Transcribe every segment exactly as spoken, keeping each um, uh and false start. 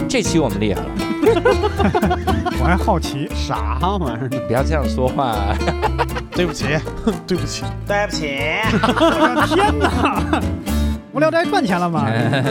这期我们厉害了。 我还好奇啥玩意儿？ 不要这样说话。 对不起，对不起， 对不起！ 我的天哪！无聊斋赚钱了吗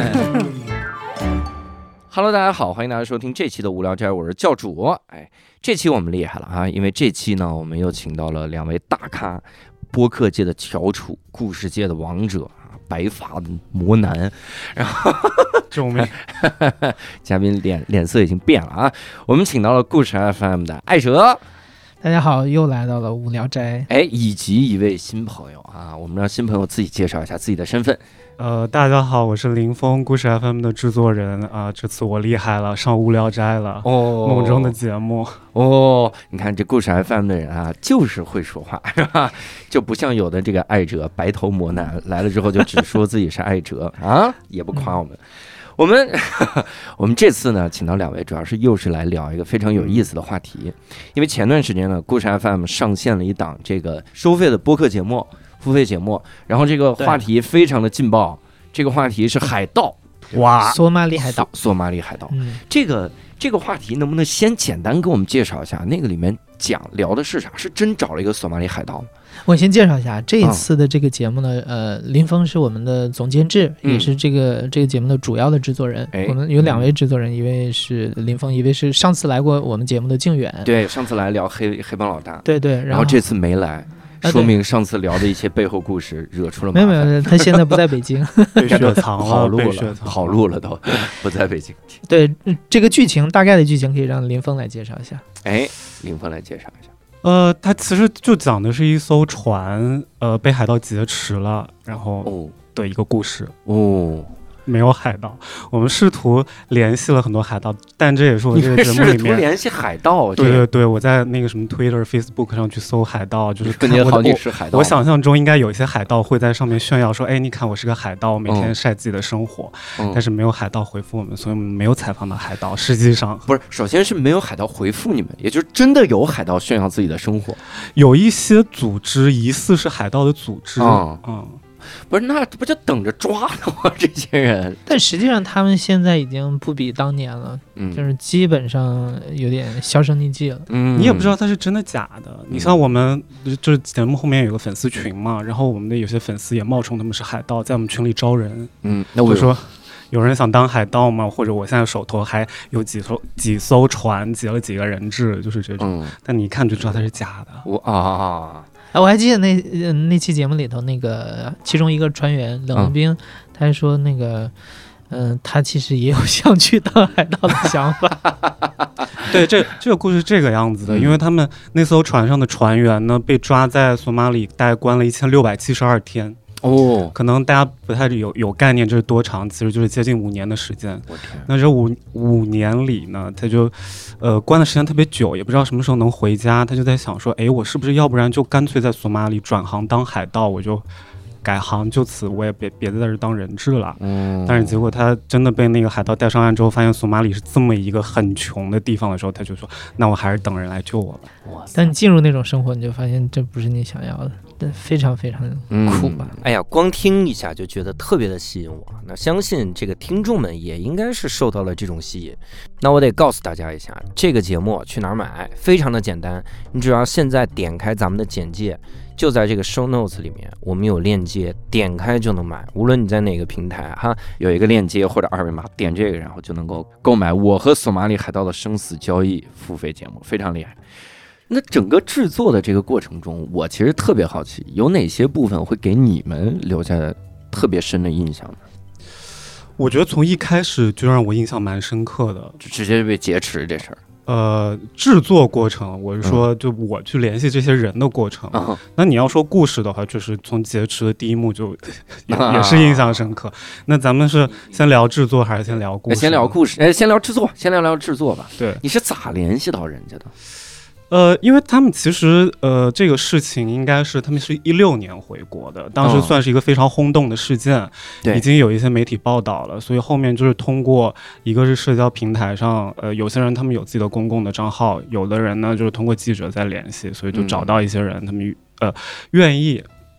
？Hello， 大家好，欢迎大家收听这期的无聊斋，我是教主。哎，这期我们厉害了啊，因为这期呢，我们又请到了两位大咖，播客界的翘楚，故事界的王者啊，白发的魔男。然后， 救命！ 嘉宾脸脸色已经变了啊。我们请到了故事 F M 的艾哲。 大家好，又来到了无聊斋。 哎，以及一位新朋友啊，我们让新朋友自己介绍一下自己的身份。 呃，大家好，我是林峰，故事 F M 的制作人啊、呃。这次我厉害了，上无聊斋了哦，梦中的节目哦。你看这故事 F M 的人啊，就是会说话，是吧？就不像有的这个艾哲白头魔男来了之后就只说自己是艾哲啊，也不夸我们。我们我们这次呢，请到两位，主要是又是来聊一个非常有意思的话题，因为前段时间呢，故事 F M 上线了一档这个收费的播客节目。付费节目，然后这个话题非常的劲爆，这个话题是海盗， 哇，索马里海盗， 索马里海盗，嗯、这个这个话题能不能先简单给我们介绍一下？那个里面讲聊的是啥？是真找了一个索马里海盗吗？ 我先介绍一下这一次的这个节目呢，嗯、呃，林峰是我们的总监制，嗯、也是这个这个节目的主要的制作人。哎、我们有两位制作人，一位是林峰，一位是上次来过我们节目的靖远。 对，上次来聊黑黑帮老大。 对对， 然后这次没来。说明上次聊的一些背后故事惹出了麻烦。没有没有，他现在不在北京， 被雪藏了， 跑路了，跑路了都不在北京。 对，这个剧情大概的剧情可以让林峰来介绍一下。 哎，林峰来介绍一下。 呃，它其实就讲的是一艘船，呃，被海盗劫持了，然后的一个故事。 哦。 没有海盗，我们试图联系了很多海盗，但这也是我这个节目里面试图联系海盗。 对对对，我在那个什么 Twitter、Facebook 上去搜海盗，就是看我好几是海盗。 我想象中应该有一些海盗会在上面炫耀说：“哎，你看我是个海盗，我每天晒自己的生活。嗯”但是没有海盗回复我们，所以我们没有采访到海盗。实际上不是，首先是没有海盗回复你们，也就是真的有海盗炫耀自己的生活。 有一些组织疑似是海盗的组织，嗯。嗯不是，那不就等着抓呢吗？这些人， 但实际上他们现在已经不比当年了，嗯，就是基本上有点销声匿迹了。 嗯，你也不知道他是真的假的。嗯、你像我们就是节目后面有个粉丝群嘛，然后我们的有些粉丝也冒充他们是海盗，在我们群里招人。 嗯，那我说有人想当海盗吗？或者我现在手头还有几艘几艘船，劫了几个人质，就是这种。嗯、但你一看就知道他是假的。 我啊。 哎，我还记得那那期节目里头，那个其中一个船员冷文斌，嗯、他还说那个，嗯、呃，他其实也有想去当海盗的想法。 对，这这个故事是这个样子的，因为他们那艘船上的船员呢，被抓在索马里，大概关了一千六百七十二天。哦，可能大家不太有有概念，这是多长？其实就是接近五年的时间。 我天！ 那这五五年里呢，他就，呃，关的时间特别久，也不知道什么时候能回家。他就在想说，哎，我是不是要不然就干脆在索马里转行当海盗，我就改行，就此我也别别在这当人质了。嗯。但是结果他真的被那个海盗带上岸之后，发现索马里是这么一个很穷的地方的时候，他就说，那我还是等人来救我吧。 哇！但你进入那种生活，你就发现这不是你想要的。非常非常酷吧、 嗯、哎呀，光听一下就觉得特别的吸引我。那相信这个听众们也应该是受到了这种吸引。那我得告诉大家一下，这个节目去哪儿买非常的简单，你只要现在点开咱们的简介，就在这个 show notes 里面，我们有链接，点开就能买。无论你在哪个平台哈，有一个链接或者二维码，点这个然后就能够购买我和索马里海盗的生死交易付费节目，非常厉害。那整个制作的这个过程中，我其实特别好奇，有哪些部分会给你们留下特别深的印象呢？ 我觉得从一开始就让我印象蛮深刻的， 就直接被劫持这事儿。 呃，制作过程，我是说，就我去联系这些人的过程。嗯、那你要说故事的话，就是从劫持的第一幕就 也,、啊、也是印象深刻。那咱们是先聊制作还是先聊故事？ 先聊故事，哎，先聊制作，先聊聊制作吧。 对， 你是咋联系到人家的？ 呃，因为他们其实呃这个事情应该是他们是一六年回国的，当时算是一个非常轰动的事件，哦、已经有一些媒体报道了，所以后面就是通过一个是社交平台上，呃有些人他们有自己的公共的账号，有的人呢就是通过记者在联系，所以就找到一些人，嗯、他们呃愿意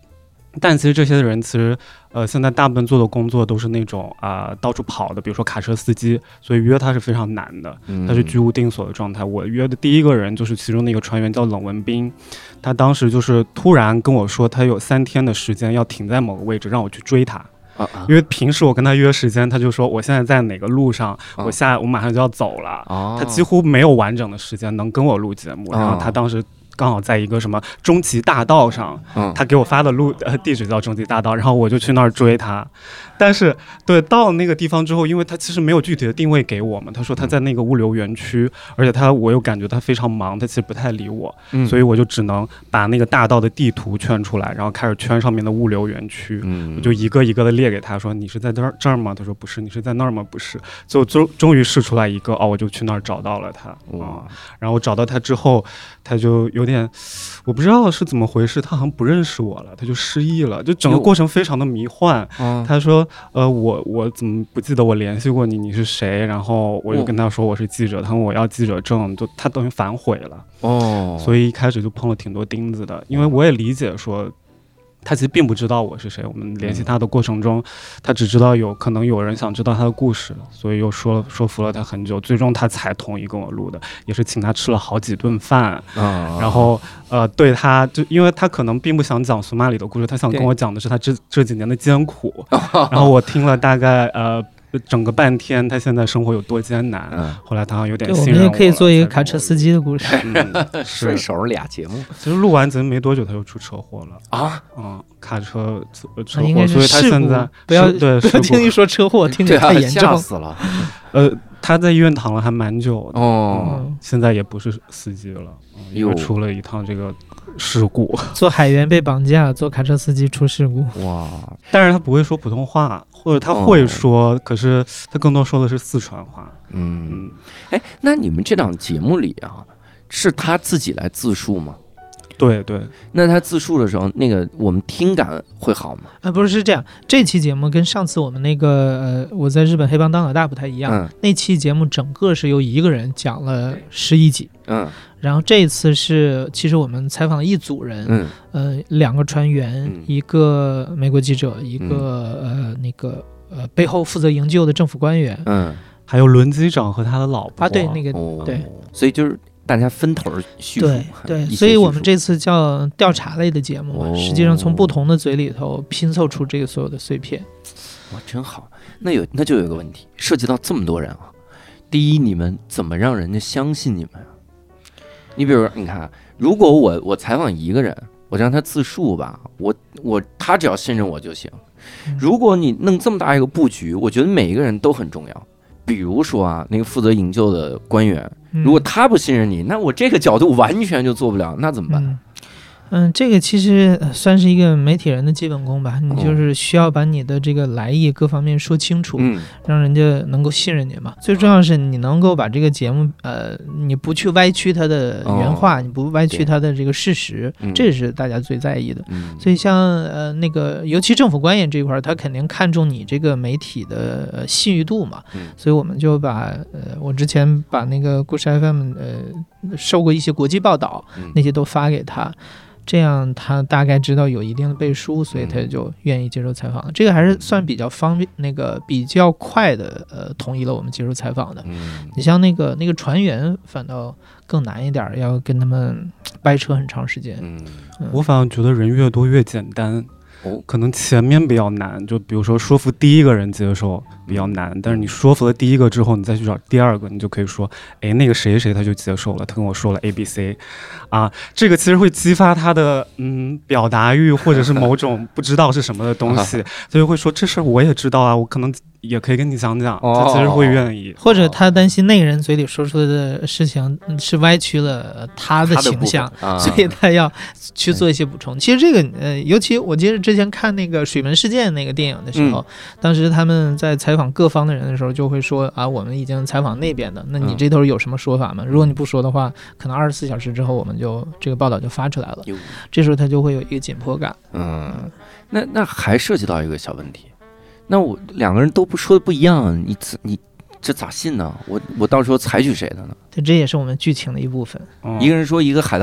但其实这些人其实呃现在大部分做的工作都是那种啊、呃、到处跑的，比如说卡车司机，所以约他是非常难的，他是居无定所的状态。我约的第一个人就是其中的一个船员叫冷文斌，他当时就是突然跟我说他有三天的时间要停在某个位置让我去追他。因为平时我跟他约时间，他就说我现在在哪个路上，我下我马上就要走了，他几乎没有完整的时间能跟我录节目。然后他当时刚好在一个什么终极大道上，嗯、他给我发的路呃地址叫终极大道，然后我就去那儿追他。但是对到了那个地方之后，因为他其实没有具体的定位给我们，他说他在那个物流园区，嗯、而且他我又感觉他非常忙，他其实不太理我，嗯、所以我就只能把那个大道的地图圈出来，然后开始圈上面的物流园区，嗯、我就一个一个的列给他说你是在这儿这儿吗？他说不是。你是在那儿吗？不是。就终终于试出来一个哦，我就去那儿找到了他。哇！然后找到他之后，他就有点我不知道是怎么回事，他好像不认识我了，他就失忆了，就整个过程非常的迷幻。他说呃我我怎么不记得我联系过你，你是谁？然后我就跟他说我是记者，他问我要记者证，就他等于反悔了。哦，所以一开始就碰了挺多钉子的，因为我也理解说他其实并不知道我是谁，我们联系他的过程中，他只知道有可能有人想知道他的故事，所以又说了说服了他很久，最终他才同意跟我录的，也是请他吃了好几顿饭，嗯、然后呃对他就因为他可能并不想讲索马里的故事，他想跟我讲的是他这这几年的艰苦，然后我听了大概呃。整个半天他现在生活有多艰难，嗯、后来他好像有点信任我了。 我们也可以做一个卡车司机的故事， 嗯、顺手俩节目。 其实录完节目没多久他就出车祸了啊，嗯，卡车车祸， 所以他现在不要对不要轻易说车祸，听着太严重， 吓死了。 呃，他在医院躺了还蛮久的哦、嗯，现在也不是司机了，嗯、又出了一趟这个事故。 做海员被绑架，做卡车司机出事故。 哇！但是他不会说普通话。或者他会说、哦、可是他更多说的是四川话。 嗯，哎，那你们这档节目里啊，是他自己来自述吗？ 对对。 那他自述的时候，那个我们听感会好吗？ 啊，不是，是这样。这期节目跟上次我们那个呃，我在日本黑帮当老大不太一样。嗯、那期节目整个是由一个人讲了十一集。嗯。然后这一次是，其实我们采访了一组人，嗯，呃，两个船员，嗯、一个美国记者，一个、嗯、呃那个呃背后负责营救的政府官员， 嗯，还有轮机长和他的老婆啊，对，那个、哦、对， 所以就是大家分头叙述， 对对，所以我们这次叫调查类的节目嘛，哦、实际上从不同的嘴里头拼凑出这个所有的碎片。 哇，真好。那有那就有一个问题，涉及到这么多人啊，第一，你们怎么让人家相信你们啊？你比如说，你看，如果我我采访一个人，我让他自述吧，我我他只要信任我就行。如果你弄这么大一个布局，我觉得每一个人都很重要。比如说啊，那个负责营救的官员，如果他不信任你，那我这个角度完全就做不了，那怎么办？ 嗯嗯，这个其实算是一个媒体人的基本功吧，你就是需要把你的这个来意各方面说清楚，嗯、让人家能够信任你嘛。最重要的是你能够把这个节目，呃，你不去歪曲它的原话，哦、你不歪曲它的这个事实，这是大家最在意的。嗯、所以像呃那个，尤其政府官员这一块，他肯定看重你这个媒体的、呃、信誉度嘛。嗯、所以我们就把呃，我之前把那个故事 F M 呃受过一些国际报道，嗯、那些都发给他。这样他大概知道有一定的背书，所以他就愿意接受采访了。这个还是算比较方便，那个比较快的，呃，同意了我们接受采访的。你像那个那个船员，反倒更难一点，要跟他们掰扯很长时间。嗯， 我反而觉得人越多越简单。哦，可能前面比较难，就比如说说服第一个人接受比较难，但是你说服了第一个之后，你再去找第二个，你就可以说，哎，那个谁谁他就接受了，他跟我说了 A B C， 啊，这个其实会激发他的嗯表达欲，或者是某种不知道是什么的东西，所以会说这事我也知道啊，我可能也可以跟你讲讲，他其实会愿意， 或者他担心那个人嘴里说出来的事情是歪曲了他的形象，啊、所以他要去做一些补充。其实这个呃，尤其我记得之前看那个水门事件那个电影的时候，嗯、当时他们在采访各方的人的时候，就会说啊，我们已经采访那边的，那你这头有什么说法吗？嗯、如果你不说的话，可能二十四小时之后我们就这个报道就发出来了，这时候他就会有一个紧迫感。 嗯，那那还涉及到一个小问题。那我两个人都不说的不一样，你你这咋信呢？我我到时候采取谁的呢？ 对，这也是我们剧情的一部分。 嗯、一个人说一个海盗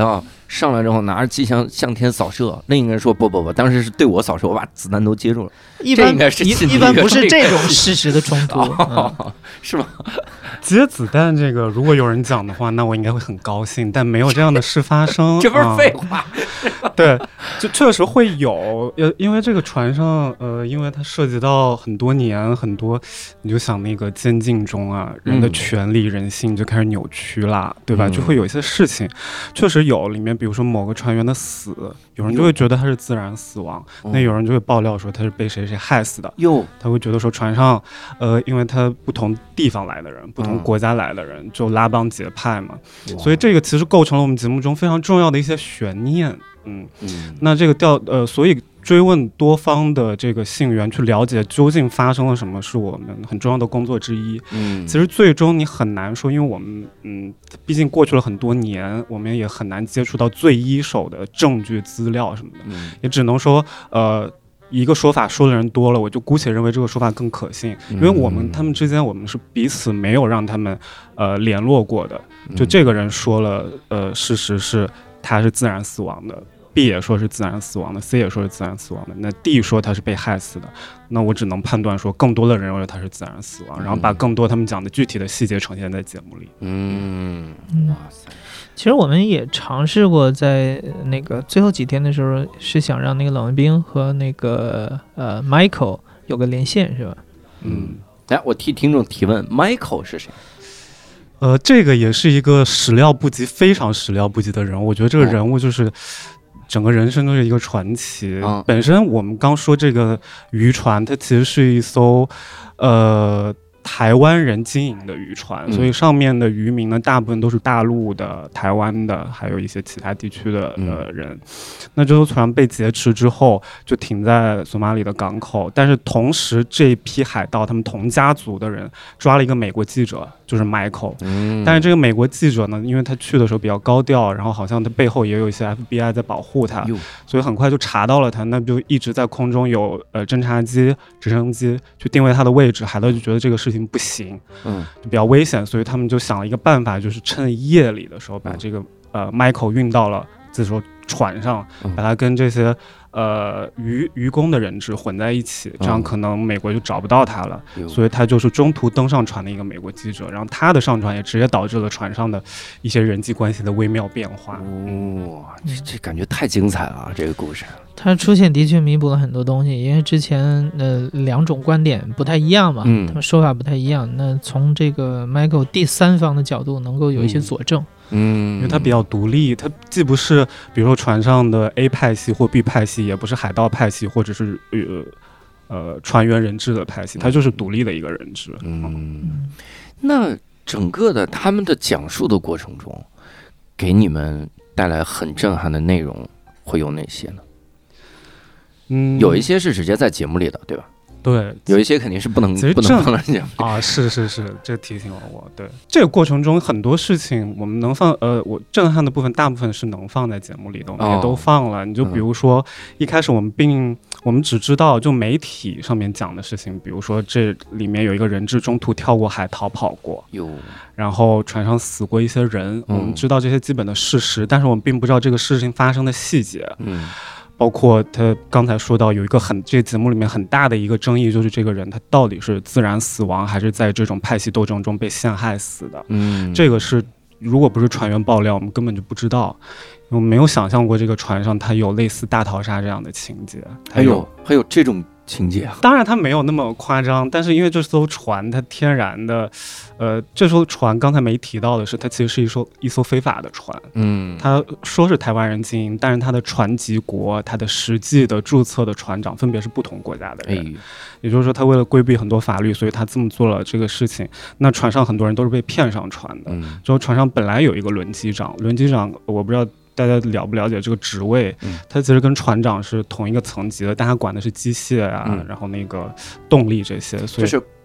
上来之后拿着机枪向天扫射，另一个人说不不不，当时是对我扫射，我把子弹都接住了。 一般应该是一一般不是这种事实的冲突， 哦嗯、是吗？ 接子弹这个，如果有人讲的话，那我应该会很高兴，但没有这样的事发生。 这不是废话？ 嗯、对，就确实会有，呃，因为这个船上，呃，因为它涉及到很多年，很多，你就想那个监禁中啊，人的权利、人性就开始扭曲啦，对吧？嗯、就会有一些事情，确实有里面，比如说某个船员的死，有人就会觉得他是自然死亡，嗯、那有人就会爆料说他是被谁谁害死的，哟，他会觉得说船上，呃，因为他不同地方来的人，不同国家来的人，就拉帮结派嘛，嗯、所以这个其实构成了我们节目中非常重要的一些悬念。嗯，嗯那这个调呃，所以追问多方的这个信源，去了解究竟发生了什么，是我们很重要的工作之一。嗯，其实最终你很难说，因为我们嗯，毕竟过去了很多年，我们也很难接触到最一手的证据资料什么的，嗯、也只能说呃。一个说法说的人多了，我就姑且认为这个说法更可信，因为我们他们之间我们是彼此没有让他们呃联络过的，就这个人说了呃事实是他是自然死亡的， B 也说是自然死亡的， C 也说是自然死亡的，那 D 说他是被害死的，那我只能判断说更多的人认为他是自然死亡，然后把更多他们讲的具体的细节呈现在节目里。 嗯，哇塞。 其实我们也尝试过，在那个最后几天的时候，是想让那个冷文彬和那个呃 Michael 有个连线，是吧？ 嗯，来，我替听众提问 ，Michael 是谁？ 呃，这个也是一个始料不及、非常始料不及的人物。我觉得这个人物就是整个人生都是一个传奇。哦、本身我们刚说这个渔船，它其实是一艘呃。台湾人经营的渔船，所以上面的渔民呢，大部分都是大陆的、台湾的，还有一些其他地区的呃人。嗯、那这艘船被劫持之后，就停在索马里的港口。但是同时，这批海盗他们同家族的人抓了一个美国记者，就是 Michael。嗯、但是这个美国记者呢，因为他去的时候比较高调，然后好像他背后也有一些 F B I 在保护他，所以很快就查到了他。那就一直在空中有呃侦察机、直升机去定位他的位置。海盗就觉得这个事情不行，嗯，就比较危险，所以他们就想了一个办法，就是趁夜里的时候把这个呃 Michael 运到了这艘船上，把他跟这些呃渔渔工的人质混在一起，这样可能美国就找不到他了。嗯、所以他就是中途登上船的一个美国记者，然后他的上船也直接导致了船上的一些人际关系的微妙变化。 哦，这这感觉太精彩了，这个故事。 他出现的确弥补了很多东西，因为之前呃两种观点不太一样嘛，嗯、他们说法不太一样。那从这个 Michael 第三方的角度，能够有一些佐证。 嗯，因为他比较独立，他既不是比如说船上的 A 派系或 B 派系，也不是海盗派系或者是呃呃船员人质的派系，他就是独立的一个人质。嗯， 嗯那整个的他们的讲述的过程中，给你们带来很震撼的内容会有哪些呢？嗯，有一些是直接在节目里的，对吧？ 对， 有一些肯定是不能不能放在节目里啊，是是是，这提醒了我。对，这个过程中很多事情我们能放，呃，我震撼的部分大部分是能放在节目里的，我们也都放了。哦、你就比如说、嗯、一开始我们并我们只知道就媒体上面讲的事情，比如说这里面有一个人质中途跳过海逃跑过，有，然后船上死过一些人，嗯、我们知道这些基本的事实，但是我们并不知道这个事情发生的细节。嗯。包括他刚才说到有一个很这个节目里面很大的一个争议，就是这个人他到底是自然死亡还是在这种派系斗争中被陷害死的。嗯，这个是如果不是船员爆料，我们根本就不知道，我没有想象过这个船上它有类似大逃杀这样的情节， 还有还有这种情节啊。 当然它没有那么夸张，但是因为这艘船它天然的呃这艘船刚才没提到的是，它其实是一艘一艘非法的船。嗯，它说是台湾人经营，但是它的船籍国它的实际的注册的船长分别是不同国家的人。哎，也就是说他为了规避很多法律，所以他这么做了这个事情。那船上很多人都是被骗上船的。嗯，之后船上本来有一个轮机长，轮机长我不知道大家了不了解这个职位，嗯、他其实跟船长是同一个层级的，但他管的是机械啊，嗯、然后那个动力这些，所以就是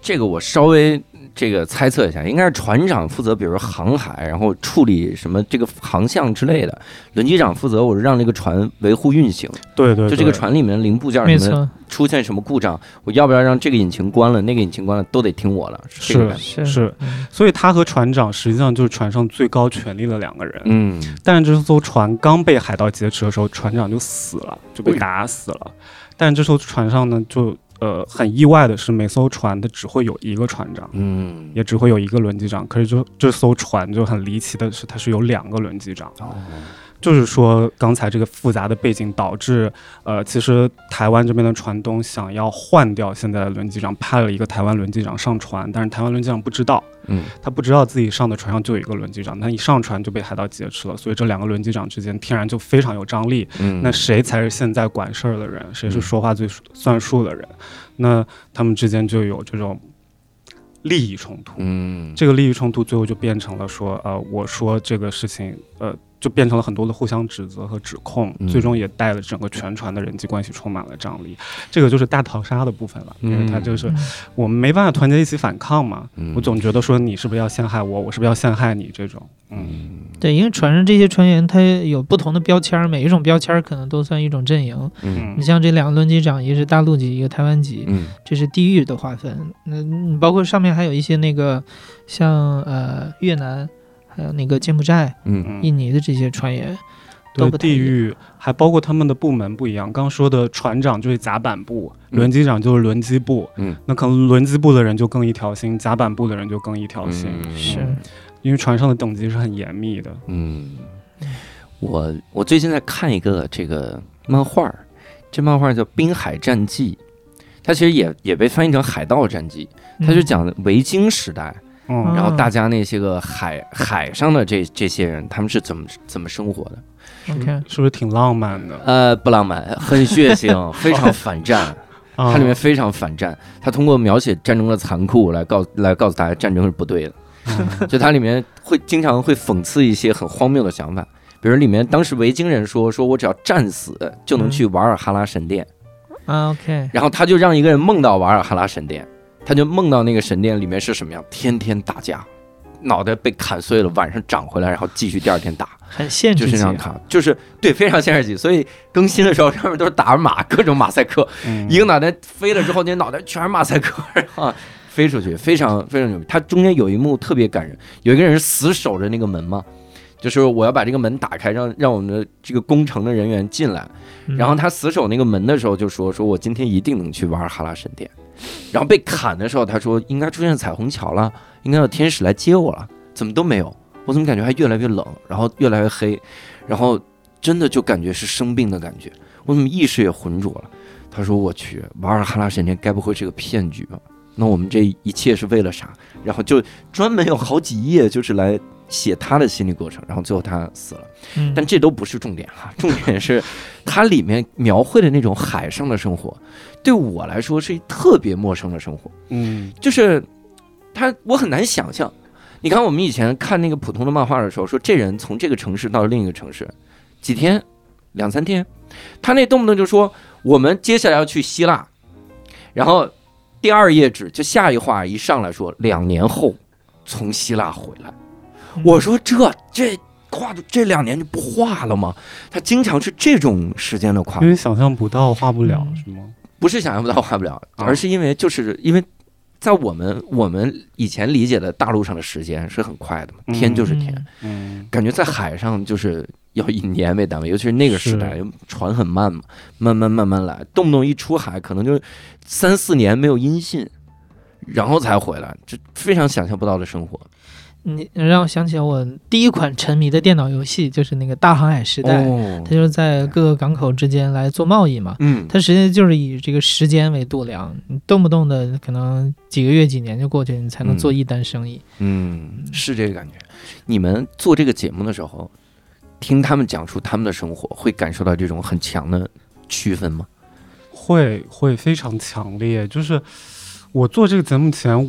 这个我稍微这个猜测一下，应该是船长负责，比如航海，然后处理什么这个航向之类的。轮机长负责，我让这个船维护运行。 对 对, 对， 就这个船里面零部件什么出现什么故障，我要不要让这个引擎关了，那个引擎关了，都得听我了。 是是是，所以他和船长实际上就是船上最高权力的两个人。嗯，但是这艘船刚被海盗劫持的时候，船长就死了，就被打死了。但这艘船上呢，就。呃，很意外的是，每艘船它只会有一个船长，嗯，也只会有一个轮机长。可是就这艘船就很离奇的是，它是有两个轮机长。哦，就是说刚才这个复杂的背景导致，呃，其实台湾这边的船东想要换掉现在的轮机长，派了一个台湾轮机长上船，但是台湾轮机长不知道，嗯，他不知道自己上的船上就有一个轮机长，他一上船就被海盗劫持了，所以这两个轮机长之间天然就非常有张力。嗯，那谁才是现在管事儿的人？谁是说话最算数的人？那他们之间就有这种利益冲突。嗯，这个利益冲突最后就变成了说，呃，我说这个事情，呃。就变成了很多的互相指责和指控，嗯、最终也带了整个全船的人际关系充满了张力。这个就是大逃杀的部分了，因为它就是我们没办法团结一起反抗嘛。嗯、我总觉得说你是不是要陷害我，我是不是要陷害你这种。嗯， 对，因为船上这些船员他有不同的标签，每一种标签可能都算一种阵营。嗯，你像这两个轮机长，一个是大陆级，一个台湾级，嗯，这是地域的划分。那包括上面还有一些那个像呃越南。还有那个柬埔寨、嗯、印尼的这些船员， 对地域还包括他们的部门不一样。刚说的船长就是甲板部，嗯、轮机长就是轮机部，嗯，那可能轮机部的人就更一条心，甲板部的人就更一条心， 嗯、是因为船上的等级是很严密的。 嗯，我我最近在看一个这个漫画，这漫画叫《滨海战记》，它其实也也被翻译成《海盗战记》，它就讲维京时代。嗯，然后大家那些个海海上的这这些人，他们是怎么怎么生活的？ OK， 是不是挺浪漫的？ 呃，不浪漫，很血腥，非常反战。它里面非常反战，它通过描写战争的残酷来告来告诉大家战争是不对的。嗯、就它里面会经常会讽刺一些很荒谬的想法，比如里面当时维京人说说我只要战死就能去瓦尔哈拉神殿。 啊、嗯、，OK， 然后他就让一个人梦到瓦尔哈拉神殿。他就梦到那个神殿里面是什么样，天天打架，脑袋被砍碎了，晚上长回来，然后继续第二天打， 很限制级， 就是这样看，就是对，非常限制级。所以更新的时候上面都是打着马，各种马赛克，嗯、一个脑袋飞了之后，那脑袋全是马赛克，啊，飞出去，非常非常牛逼。它中间有一幕特别感人，有一个人是死守着那个门嘛，就是我要把这个门打开，让让我们的这个工程的人员进来。然后他死守那个门的时候就说说我今天一定能去瓦尔哈拉神殿。然后被砍的时候他说应该出现彩虹桥了，应该有天使来接我了，怎么都没有，我怎么感觉还越来越冷，然后越来越黑，然后真的就感觉是生病的感觉，我怎么意识也浑浊了。他说我去，瓦尔哈拉神殿该不会是个骗局吧？那我们这一切是为了啥？然后就专门有好几页就是来写他的心理过程，然后最后他死了。嗯、但这都不是重点哈，重点是它里面描绘的那种海上的生活，对我来说是特别陌生的生活。嗯，就是他我很难想象。你看我们以前看那个普通的漫画的时候，说这人从这个城市到另一个城市几天两三天，他那动不动就说我们接下来要去希腊，然后第二页纸就下一话一上来说两年后从希腊回来。我说这这跨度这两年就不画了吗？他经常是这种时间的跨度， 因为想象不到画不了、嗯、是吗？ 不是想象不到画不了，而是因为就是因为在我们我们以前理解的大陆上的时间是很快的嘛，天就是天，嗯，感觉在海上就是要以年为单位，尤其是那个时代船很慢嘛，慢慢慢慢来，动不动一出海可能就三四年没有音信，然后才回来，这非常想象不到的生活。 你让我想起我第一款沉迷的电脑游戏，就是那个大航海时代，哦、它就是在各个港口之间来做贸易嘛。嗯，它实际就是以这个时间为度量，你动不动的可能几个月、几年就过去，你才能做一单生意。 嗯，嗯是这个感觉。你们做这个节目的时候，听他们讲述他们的生活，会感受到这种很强的区分吗？ 会，会非常强烈。就是我做这个节目前，我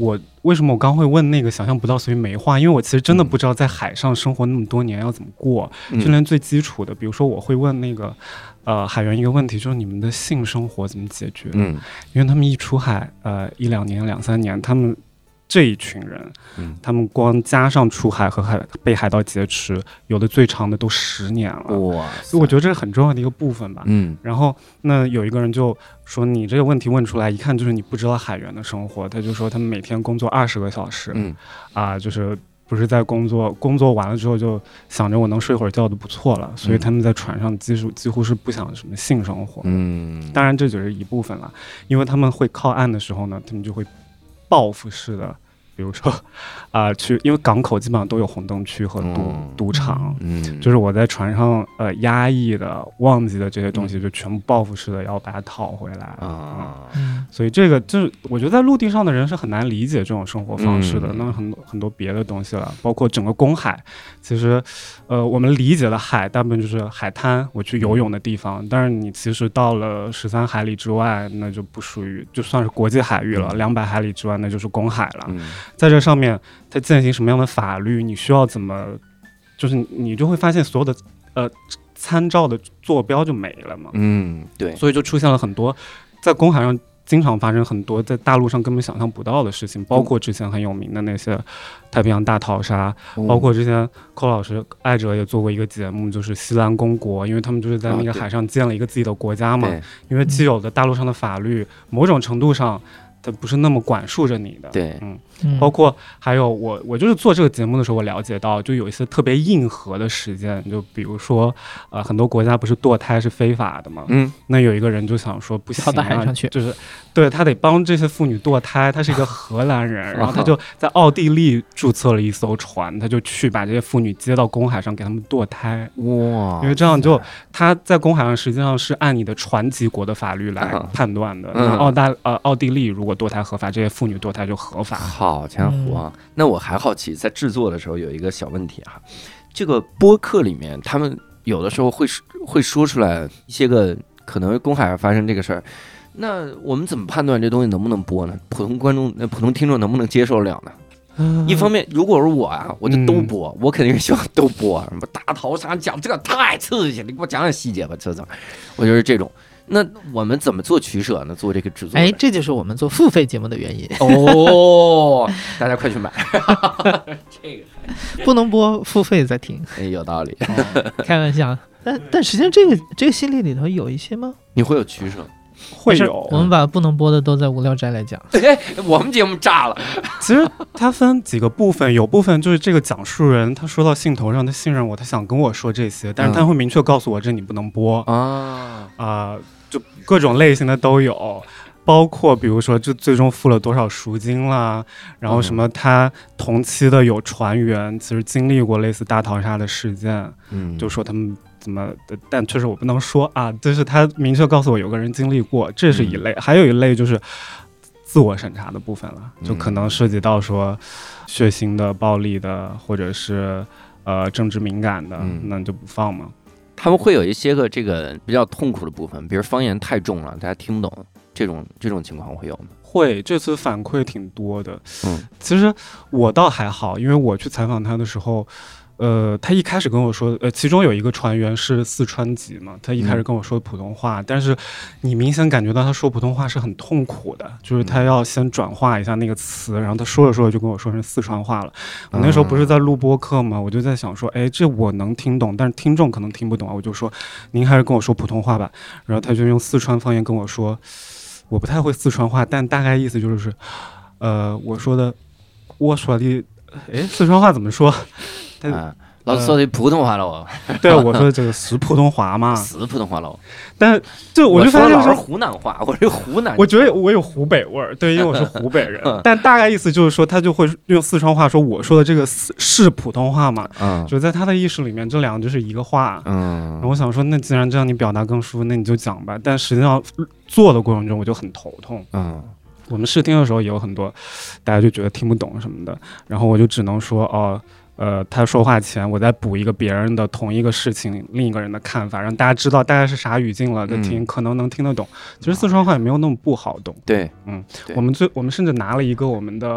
为什么我刚会问那个想象不到所以没话，因为我其实真的不知道在海上生活那么多年要怎么过，嗯、就连最基础的，比如说我会问那个呃海员一个问题，就是你们的性生活怎么解决？嗯，因为他们一出海，呃一两年两三年，他们这一群人，嗯，他们光加上出海和海被海盗劫持，有的最长的都十年了，哇！所以我觉得这是很重要的一个部分吧，嗯。然后那有一个人就说：“你这个问题问出来，一看就是你不知道海员的生活。”他就说他们每天工作二十个小时，嗯，啊，就是不是在工作，工作完了之后就想着我能睡会儿觉就不错了，所以他们在船上几乎几乎是不想什么性生活，嗯。当然这只是一部分了，因为他们会靠岸的时候呢，他们就会报复式的，比如说，啊、呃，去，因为港口基本上都有红灯区和赌、嗯、赌场，嗯，就是我在船上呃压抑的、忘记的这些东西，就全部报复式的要把它讨回来啊、嗯。所以这个就是我觉得在陆地上的人是很难理解这种生活方式的。嗯、那很多很多别的东西了，包括整个公海，其实，呃，我们理解的海大部分就是海滩，我去游泳的地方。但是你其实到了十三海里之外，那就不属于，就算是国际海域了。两百、嗯、海里之外，那就是公海了。嗯、在这上面，它践行什么样的法律，你需要怎么，就是你就会发现所有的呃参照的坐标就没了嘛。嗯，对。所以就出现了很多在公海上经常发生很多在大陆上根本想象不到的事情，包括之前很有名的那些太平洋大逃杀，嗯、包括之前寇老师艾哲也做过一个节目，就是西兰公国，因为他们就是在那个海上建了一个自己的国家嘛，因为既有的大陆上的法律，某种程度上它不是那么管束着你的，对，嗯，包括还有我，我就是做这个节目的时候，我了解到，就有一些特别硬核的事件，就比如说，呃，很多国家不是堕胎是非法的嘛，嗯，那有一个人就想说不行、啊， 到海上去， 就是对他得帮这些妇女堕胎，他是一个荷兰人，然后他就在奥地利注册了一艘船，他就去把这些妇女接到公海上给他们堕胎，哇，因为这样就他在公海上实际上是按你的船籍国的法律来判断的，嗯、那澳大呃奥地利如果堕胎合法，这些妇女堕胎就合法。 好家伙、啊，那我还好奇，在制作的时候有一个小问题哈、啊，这个播客里面他们有的时候会会说出来一些个可能公海上发生这个事儿，那我们怎么判断这东西能不能播呢？普通观众、普通听众能不能接受得了呢？一方面，如果是我啊，我就都播，嗯、我肯定是希望都播。什么大逃杀讲这个太刺激了，你给我讲讲细节吧，这这，我觉得这种。那我们怎么做取舍呢？做这个制作？ 哎，这就是我们做付费节目的原因哦！大家快去买，这个不能播，付费再听。 哎，有道理， 哦、开玩笑。但但实际上，这个这个系列里头有一些吗？ 你会有取舍？ 会有， 我们把不能播的都在无聊斋来讲。 哎，我们节目炸了。 其实它分几个部分，有部分就是这个讲述人他说到兴头上，他信任我，他想跟我说这些，但是他会明确告诉我这你不能播啊啊、呃，就各种类型的都有。包括比如说这最终付了多少赎金啦，然后什么他同期的有船员其实经历过类似大逃杀的事件，嗯，就说他们怎么的，但确实我不能说啊，就是他明确告诉我有个人经历过，这是一类，嗯、还有一类就是自我审查的部分了，就可能涉及到说血腥的、暴力的，或者是呃政治敏感的，嗯、那就不放嘛。 他们会有一些个这个比较痛苦的部分，比如方言太重了，大家听不懂，这种这种情况会有吗？ 会，这次反馈挺多的。嗯，其实我倒还好，因为我去采访他的时候，呃，他一开始跟我说，呃，其中有一个船员是四川籍嘛，他一开始跟我说普通话，嗯、但是你明显感觉到他说普通话是很痛苦的，就是他要先转化一下那个词，然后他说着说着就跟我说成四川话了。我那时候不是在录播课嘛，我就在想说，哎，这我能听懂，但是听众可能听不懂啊，我就说您还是跟我说普通话吧，然后他就用四川方言跟我说，我不太会四川话，但大概意思就是，呃，我说的，我说的，哎，四川话怎么说？他、 啊、老师说的普通话了哦， 对，我说这个是普通话嘛， 是普通话了。 但是就我就发现是湖南话，我是湖南， 我觉得我有湖北味儿，对，因为我是湖北人。但大概意思就是说，他就会用四川话说我说的这个是普通话嘛，嗯，就在他的意识里面，这两个就是一个话，嗯。然后我想说，那既然这样你表达更舒服，那你就讲吧。但实际上做的过程中我就很头痛，嗯。我们试听的时候也有很多，大家就觉得听不懂什么的，然后我就只能说哦。呃，他说话前我再补一个别人的同一个事情另一个人的看法，让大家知道大概是啥语境了，就听、嗯、可能能听得懂。其实四川话也没有那么不好懂。 对， 嗯，我们最我们甚至拿了一个我们的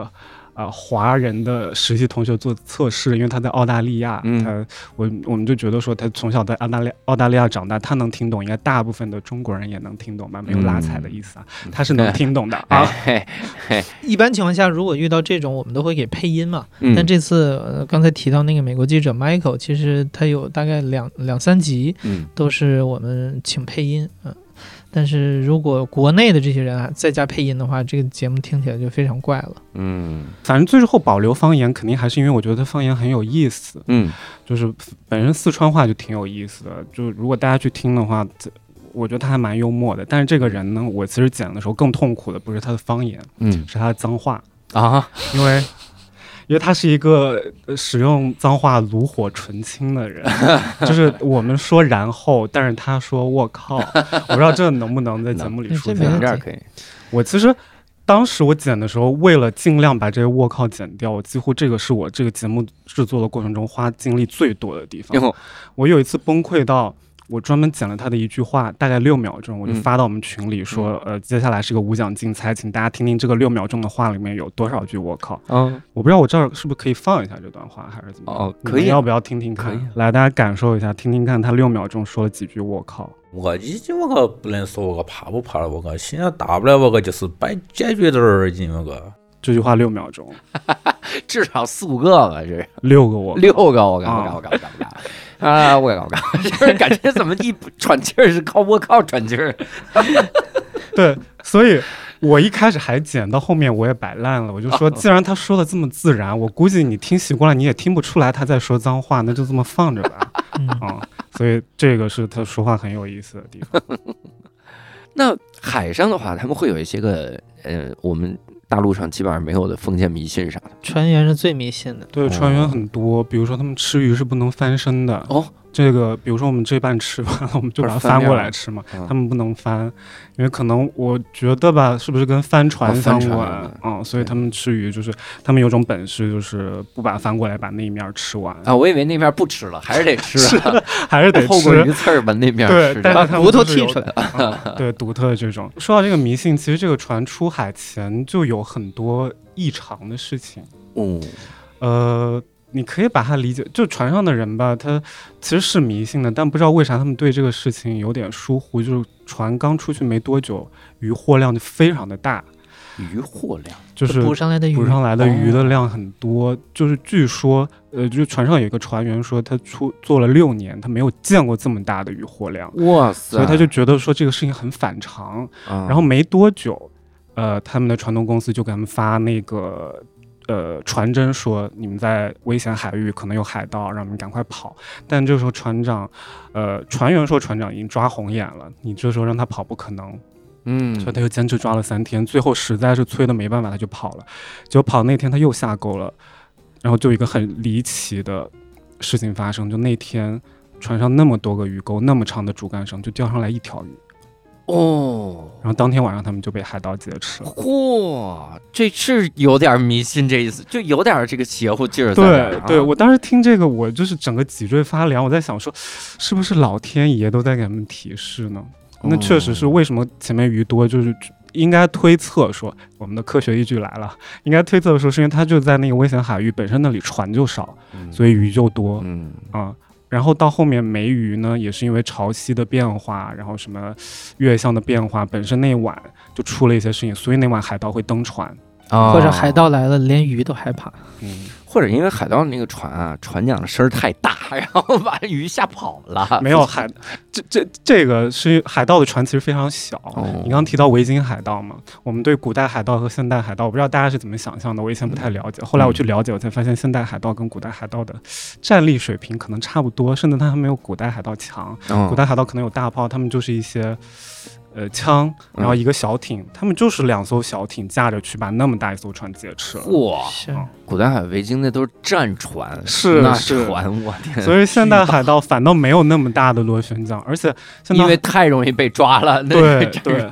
呃，华人的实习同学做测试，因为他在澳大利亚， 嗯， 他我我们就觉得说他从小在澳大利澳大利亚长大，他能听懂，应该大部分的中国人也能听懂吧？没有拉踩的意思啊，嗯、他是能听懂的啊。 嘿嘿一般情况下，如果遇到这种，我们都会给配音嘛。 嗯、 但这次、呃、刚才提到那个美国记者 Michael， 其实他有大概两两三集， 嗯， 都是我们请配音，嗯。但是如果国内的这些人啊再加配音的话，这个节目听起来就非常怪了。 嗯， 反正最后保留方言，肯定还是因为我觉得方言很有意思。 嗯， 就是本身四川话就挺有意思的，就如果大家去听的话，我觉得他还蛮幽默的。但是这个人呢，我其实剪的时候更痛苦的不是他的方言， 嗯， 是他的脏话啊， 因为。因为他是一个使用脏话炉火纯青的人，就是我们说然后，但是他说我靠，我不知道这能不能在节目里出现。 这样可以。 我其实当时我剪的时候，为了尽量把这个我靠剪掉，我几乎这个是我这个节目制作的过程中花精力最多的地方。我有一次崩溃到。我专门剪了他的一句话，大概六秒钟，我就发到我们群里说，嗯、呃，接下来是个无奖竞猜，请大家听听这个六秒钟的话里面有多少句我靠。 嗯， 我不知道我这儿是不是可以放一下这段话，还是怎么样？ 哦，可以， 要不要听听看？来，大家感受一下，听听看他六秒钟说了几句我靠。 我已经我个不能说我个怕不怕了，我个现在大不了我个就是摆解决点而已，我个。 这句话六秒钟， 至少四五个吧，这六个我， 六个我靠，我靠，我靠，我靠，啊，我靠，我靠，就是感觉怎么一喘气儿是靠我靠喘气儿。 对，所以我一开始还剪，到后面我也摆烂了，我就说，既然他说的这么自然，我估计你听习惯了，你也听不出来他在说脏话，那就这么放着吧。嗯，嗯，所以这个是他说话很有意思的地方。 那海上的话，他们会有一些个呃，我们。大陆上基本上没有的封建迷信啥的， 船员是最迷信的。 对，船员很多，哦、比如说他们吃鱼是不能翻身的。哦，这个比如说我们这半吃完了，我们就把它翻过来吃嘛，他们不能翻，因为可能我觉得吧，是不是跟帆船相关啊、嗯？所以他们吃鱼就是他们有种本事，就是不把它翻过来，把那一面吃完啊。我以为那面不吃了，还是得吃啊， 还是得吃。 后过鱼刺儿把那面吃， 对，但是把骨头剔出来了。 嗯、对，独特的这种。说到这个迷信，其实这个船出海前就有很多异常的事情。 哦， 呃。你可以把它理解，就船上的人吧，他其实是迷信的，但不知道为啥他们对这个事情有点疏忽。就是船刚出去没多久，渔获量就非常的大。 渔获量就是捕上来的鱼， 捕上来的鱼的量很多。哦、就是据说，呃，就是船上有一个船员说，他出做了六年，他没有见过这么大的渔获量。 哇塞！ 所以他就觉得说这个事情很反常。嗯、然后没多久，呃，他们的船东公司就给他们发那个。呃，传真说你们在危险海域可能有海盗，让你们赶快跑。但这时候船长，呃，船员说船长已经抓红眼了，你这时候让他跑不可能。嗯，所以他又坚持抓了三天，最后实在是催的没办法，他就跑了。结果跑那天他又下钩了，然后就有一个很离奇的事情发生，就那天船上那么多个鱼钩，那么长的主干绳，就钓上来一条鱼。哦，然后当天晚上他们就被海盗劫持了。 嚯，这是有点迷信这意思，就有点这个邪乎劲儿在那儿。 对对，我当时听这个，我就是整个脊椎发凉。我在想说，是不是老天爷都在给他们提示呢？那确实是为什么前面鱼多，就是应该推测说，我们的科学依据来了，应该推测说是因为它就在那个危险海域本身那里船就少，嗯、所以鱼就多。嗯啊。然后到后面梅雨呢，也是因为潮汐的变化，然后什么月相的变化，本身那晚就出了一些事情，所以那晚海盗会登船， 哦、或者海盗来了连鱼都害怕， 嗯，或者因为海盗那个船啊，船桨的声太大，然后把鱼吓跑了。 没有海，这这这个是海盗的船其实非常小。哦、你刚刚提到维京海盗嘛，我们对古代海盗和现代海盗，我不知道大家是怎么想象的，我以前不太了解，后来我去了解，我才发现现代海盗跟古代海盗的战力水平可能差不多，甚至它还没有古代海盗强。哦、古代海盗可能有大炮，他们就是一些。呃，枪，然后一个小艇，嗯、他们就是两艘小艇架着去把那么大一艘船劫持了。 哇，嗯、古代海维京那都是战船， 是那船，我天！ 所以现代海盗反倒没有那么大的螺旋桨，而且因为太容易被抓了。 对对，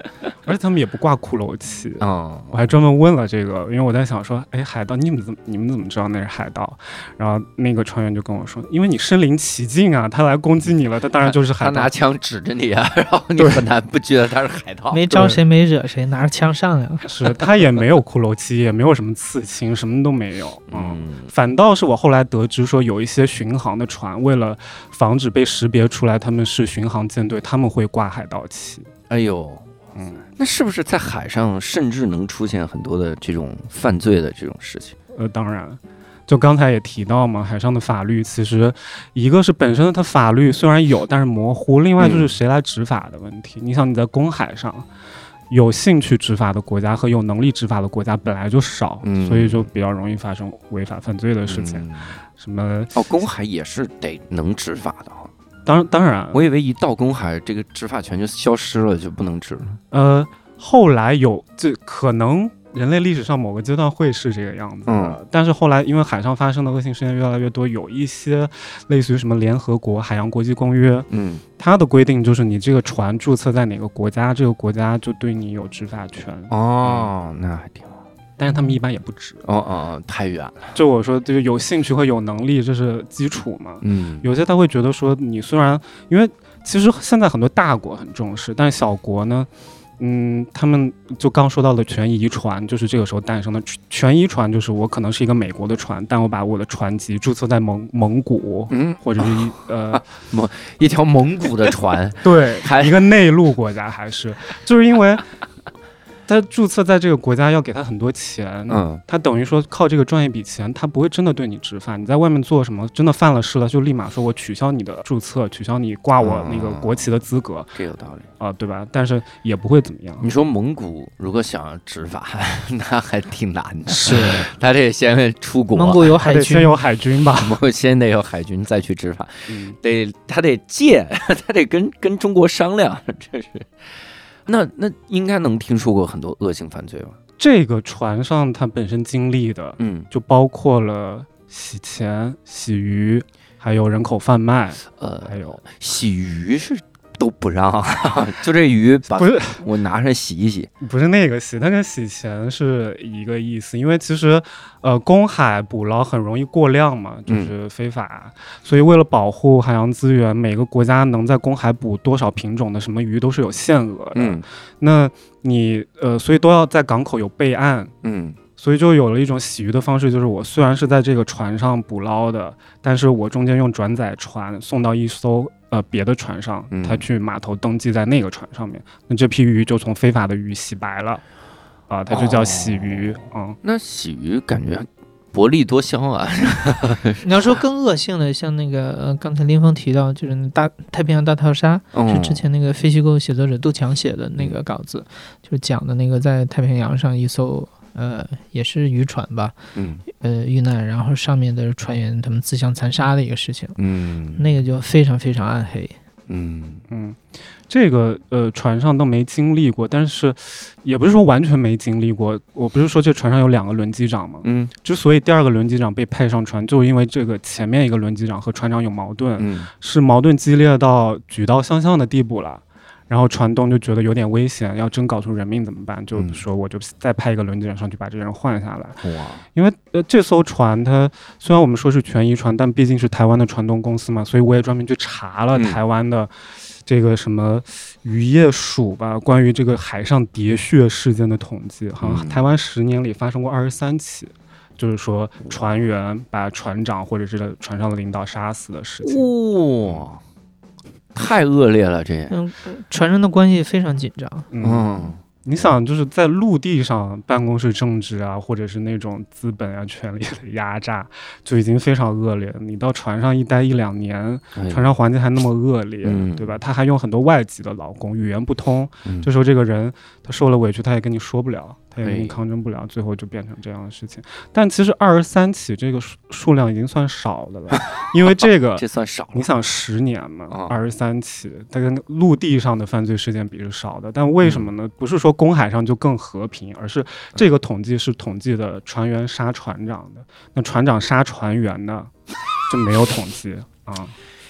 而且他们也不挂骷髅旗。 哦， 我还专门问了这个，因为我在想说，哎，海盗，你们怎么你们怎么知道那是海盗？然后那个船员就跟我说，因为你身临其境啊，他来攻击你了，他当然就是海盗。 他拿枪指着你啊，然后你很难不觉得他是海盗。 没招谁没惹谁，拿着枪上呀。 是他也没有骷髅旗，也没有什么刺青，什么都没有。嗯， 嗯反倒是我后来得知说，有一些巡航的船，为了防止被识别出来他们是巡航舰队，他们会挂海盗旗。 哎呦， 嗯， 那是不是在海上甚至能出现很多的这种犯罪的这种事情？ 呃，当然。就刚才也提到嘛，海上的法律其实一个是本身的它法律虽然有，但是模糊；另外就是谁来执法的问题。嗯、你想你在公海上，有兴趣执法的国家和有能力执法的国家本来就少，嗯、所以就比较容易发生违法犯罪的事情。嗯、什么？ 哦，公海也是得能执法的哈。 当当然， 我以为一到公海，这个执法权就消失了，就不能执了。 呃，后来有这可能。人类历史上某个阶段会是这个样子的，嗯、但是后来因为海上发生的恶性事件越来越多，有一些类似于什么联合国海洋国际公约，嗯，它的规定就是你这个船注册在哪个国家，这个国家就对你有执法权。 哦，嗯、那还挺好。 但是他们一般也不执。 哦哦，太远了。 就我说，这个有兴趣和有能力，这是基础嘛。 嗯， 有些他会觉得说，你虽然因为其实现在很多大国很重视，但是小国呢。嗯，他们就刚说到的权益船，就是这个时候诞生的。权益船就是我可能是一个美国的船，但我把我的船籍注册在蒙蒙古，嗯，或者是一呃蒙一条蒙古的船， 对，一个内陆国家，还是就是因为。他注册在这个国家要给他很多钱，嗯，他等于说靠这个赚一笔钱，他不会真的对你执法。你在外面做什么，真的犯了事了，就立马说我取消你的注册，取消你挂我那个国旗的资格， 这有道理啊、呃，对吧？但是也不会怎么样。 你说蒙古如果想要执法，那还挺难的， 是他得先出国， 蒙古有海军， 先有海军吧， 蒙古先得有海军再去执法，嗯、得他得借，他得跟跟中国商量，这是。那那应该能听说过很多恶性犯罪吧？ 这个船上它本身经历的，嗯，就包括了洗钱、洗鱼，还有人口贩卖，呃，还有洗鱼是都不让，就这鱼把不是我拿上洗一洗， 不是那个洗，它跟洗钱是一个意思。因为其实，呃，公海捕捞很容易过量嘛，就是非法，嗯、所以为了保护海洋资源，每个国家能在公海捕多少品种的什么鱼都是有限额的。嗯，那你呃，所以都要在港口有备案。嗯。所以就有了一种洗鱼的方式，就是我虽然是在这个船上捕捞的，但是我中间用转载船送到一艘呃别的船上，他去码头登记在那个船上面，嗯、那这批鱼就从非法的鱼洗白了，啊、呃，它就叫洗鱼。哦、嗯， 那洗鱼感觉薄利多销啊。 你要说更恶性的，像那个呃，刚才林峰提到，就是那大太平洋大逃杀，嗯、是之前那个非虚构写作者杜强写的那个稿子，就是讲的那个在太平洋上一艘。呃，也是渔船吧，嗯，呃，遇难，然后上面的船员他们自相残杀的一个事情，嗯，那个就非常非常暗黑， 嗯嗯，这个呃船上都没经历过，但是也不是说完全没经历过。我不是说这船上有两个轮机长吗？嗯，之所以第二个轮机长被派上船，就因为这个前面一个轮机长和船长有矛盾，嗯，是矛盾激烈到举刀相向的地步了。然后船东就觉得有点危险，要真搞出人命怎么办？就说我就再派一个轮机长上去把这个人换下来。哇！因为呃这艘船它虽然我们说是权益船，但毕竟是台湾的船东公司嘛，所以我也专门去查了台湾的这个什么渔业署吧，关于这个海上喋血事件的统计，好像台湾十年里发生过二十三起。就是说船员把船长或者是船上的领导杀死的事情。 哇！太恶劣了，这嗯，船上的关系非常紧张。 嗯，你想就是在陆地上办公室政治啊，或者是那种资本啊、权力的压榨，就已经非常恶劣了。你到船上一待一两年，哎、船上环境还那么恶劣，嗯、对吧？他还用很多外籍的劳工，语言不通，嗯、这时候这个人他受了委屈，他也跟你说不了。他也跟你抗争不了，最后就变成这样的事情。但其实二十三起这个数量已经算少的了，因为这个这算少了。 你想十年嘛，二十三起，它跟陆地上的犯罪事件比是少的。但为什么呢？不是说公海上就更和平，而是这个统计是统计的船员杀船长的，那船长杀船员呢就没有统计啊。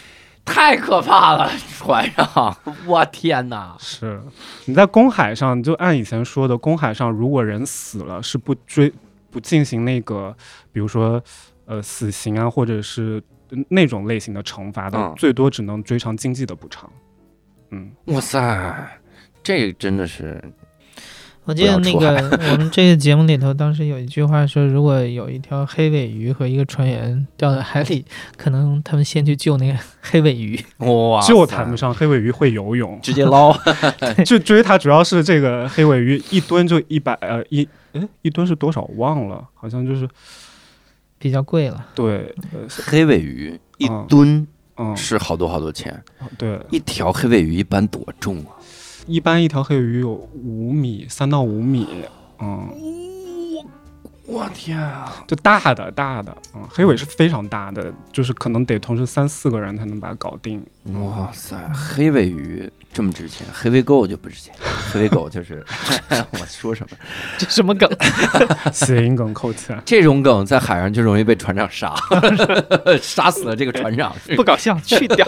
太可怕了，船上，我天哪！ 是你在公海上，就按以前说的，公海上如果人死了，是不追不进行那个，比如说呃死刑啊，或者是那种类型的惩罚的， 嗯、 最多只能追偿经济的补偿。嗯， 哇塞，这真的是。 我记得那个我们这个节目里头，当时有一句话说，如果有一条黑尾鱼和一个船员掉在海里，可能他们先去救那个黑尾鱼。 哇， 救谈不上，黑尾鱼会游泳， 直接捞。 就追它，主要是这个黑尾鱼一吨就一百呃一哎一吨是多少忘了，好像就是比较贵了。 对，呃、 黑尾鱼一吨嗯是好多好多钱。 嗯、对， 一条黑尾鱼一般多重啊？ 一般一条黑尾鱼有五米，三到五米，嗯， 我我天啊， 就大的大的，嗯，黑尾是非常大的，就是可能得同时三四个人才能把它搞定。 哇塞，黑尾鱼这么值钱，黑尾狗就不值钱，黑尾狗就是我说什么？ 这什么梗？ 谐音梗扣起来。 这种梗在海上就容易被船长杀，杀死了这个船长， 不搞笑，去掉。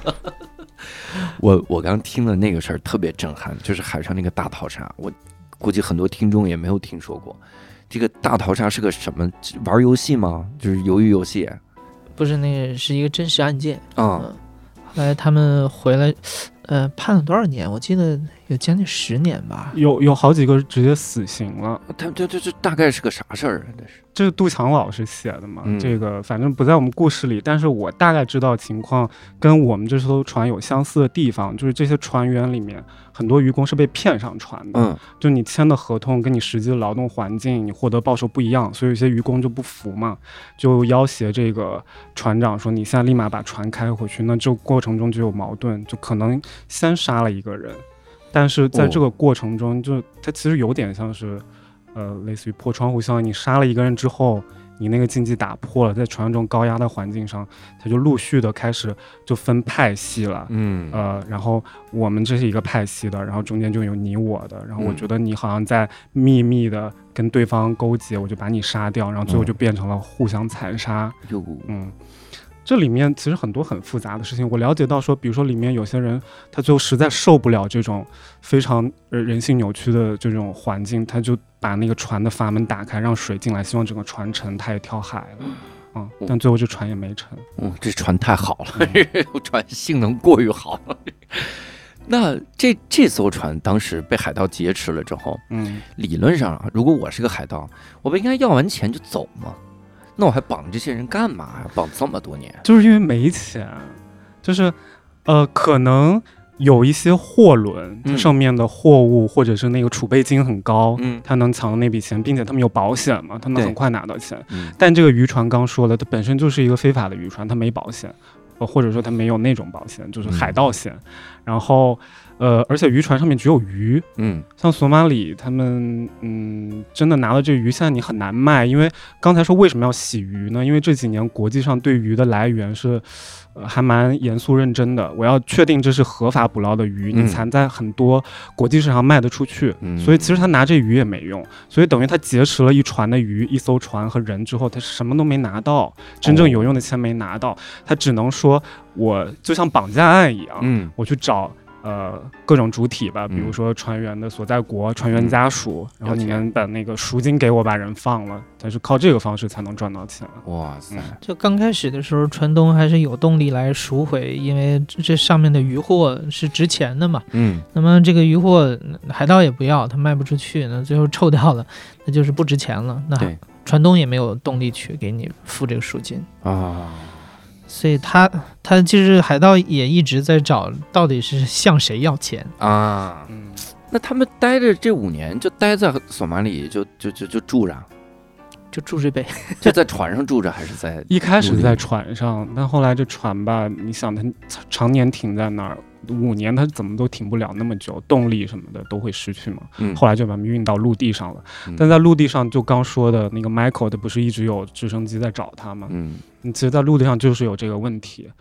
我我刚听的那个事儿特别震撼，就是海上那个大逃杀，我估计很多听众也没有听说过。这个大逃杀是个什么？玩游戏吗？就是鱿鱼游戏？ 不是，那个是一个真实案件。 嗯， 嗯后来他们回来，呃，判了多少年？我记得有将近十年吧。 有有好几个直接死刑了。 他这这这大概是个啥事儿啊？这是这是杜强老师写的嘛？ 嗯、 这个反正不在我们故事里，但是我大概知道情况跟我们这艘船有相似的地方，就是这些船员里面很多渔工是被骗上船的。 嗯， 就你签的合同跟你实际的劳动环境，你获得报酬不一样，所以有些渔工就不服嘛，就要挟这个船长说你现在立马把船开回去。那这个过程中就有矛盾，就可能先杀了一个人，但是在这个过程中，就它其实有点像是。呃，类似于破窗户效应，你杀了一个人之后，你那个禁忌打破了，在船上这种高压的环境上，它就陆续的开始就分派系了。 嗯， 呃，然后我们这是一个派系的，然后中间就有你我的，然后我觉得你好像在秘密的跟对方勾结，我就把你杀掉，然后最后就变成了互相残杀。 嗯， 嗯这里面其实很多很复杂的事情，我了解到说，比如说里面有些人他就实在受不了这种非常人性扭曲的这种环境，他就把那个船的阀门打开，让水进来，希望整个船沉，他也跳海了，嗯，但最后这船也没沉。 嗯，这船太好了，这船性能过于好了。那这这艘船当时被海盗劫持了之后，嗯，理论上啊，如果我是个海盗，我不应该要完钱就走吗？那我还绑这些人干嘛呀？绑这么多年， 就是因为没钱，就是呃，可能有一些货轮，它上面的货物或者是那个储备金很高，嗯，它能藏那笔钱，并且他们有保险嘛，他能很快拿到钱。嗯、但这个渔船刚说了，它本身就是一个非法的渔船，它没保险，呃，或者说它没有那种保险，就是海盗险。嗯、然后。呃，而且渔船上面只有鱼，嗯，像索马里他们，嗯，真的拿了这鱼，现在你很难卖，因为刚才说为什么要洗鱼呢？因为这几年国际上对鱼的来源是，呃，还蛮严肃认真的。我要确定这是合法捕捞的鱼，嗯、你才在很多国际市场卖得出去。嗯、所以其实他拿这鱼也没用，所以等于他劫持了一船的鱼、一艘船和人之后，他什么都没拿到，真正有用的钱没拿到，他只能说我就像绑架案一样，嗯，我去找。呃，各种主体吧，比如说船员的所在国、嗯、船员家属，嗯、然后你们把那个赎金给我，把人放了，但是靠这个方式才能赚到钱。 哇塞！嗯、 就刚开始的时候，船东还是有动力来赎回，因为这上面的渔获是值钱的嘛。嗯。那么这个渔获海盗也不要，他卖不出去，那最后臭掉了，那就是不值钱了。那船东也没有动力去给你付这个赎金啊。所以他他就是海盗也一直在找到底是向谁要钱啊。嗯，那他们待着这五年就待在索马里就就就就住着， 就住这呗， 就在船上住着还是在？ 一开始在船上，但后来这船吧，你想它常年停在那儿，五年它怎么都停不了那么久，动力什么的都会失去嘛。嗯、后来就把它们运到陆地上了。嗯、但在陆地上，就刚说的那个 Michael， 他不是一直有直升机在找他吗？嗯，其实，在陆地上就是有这个问题。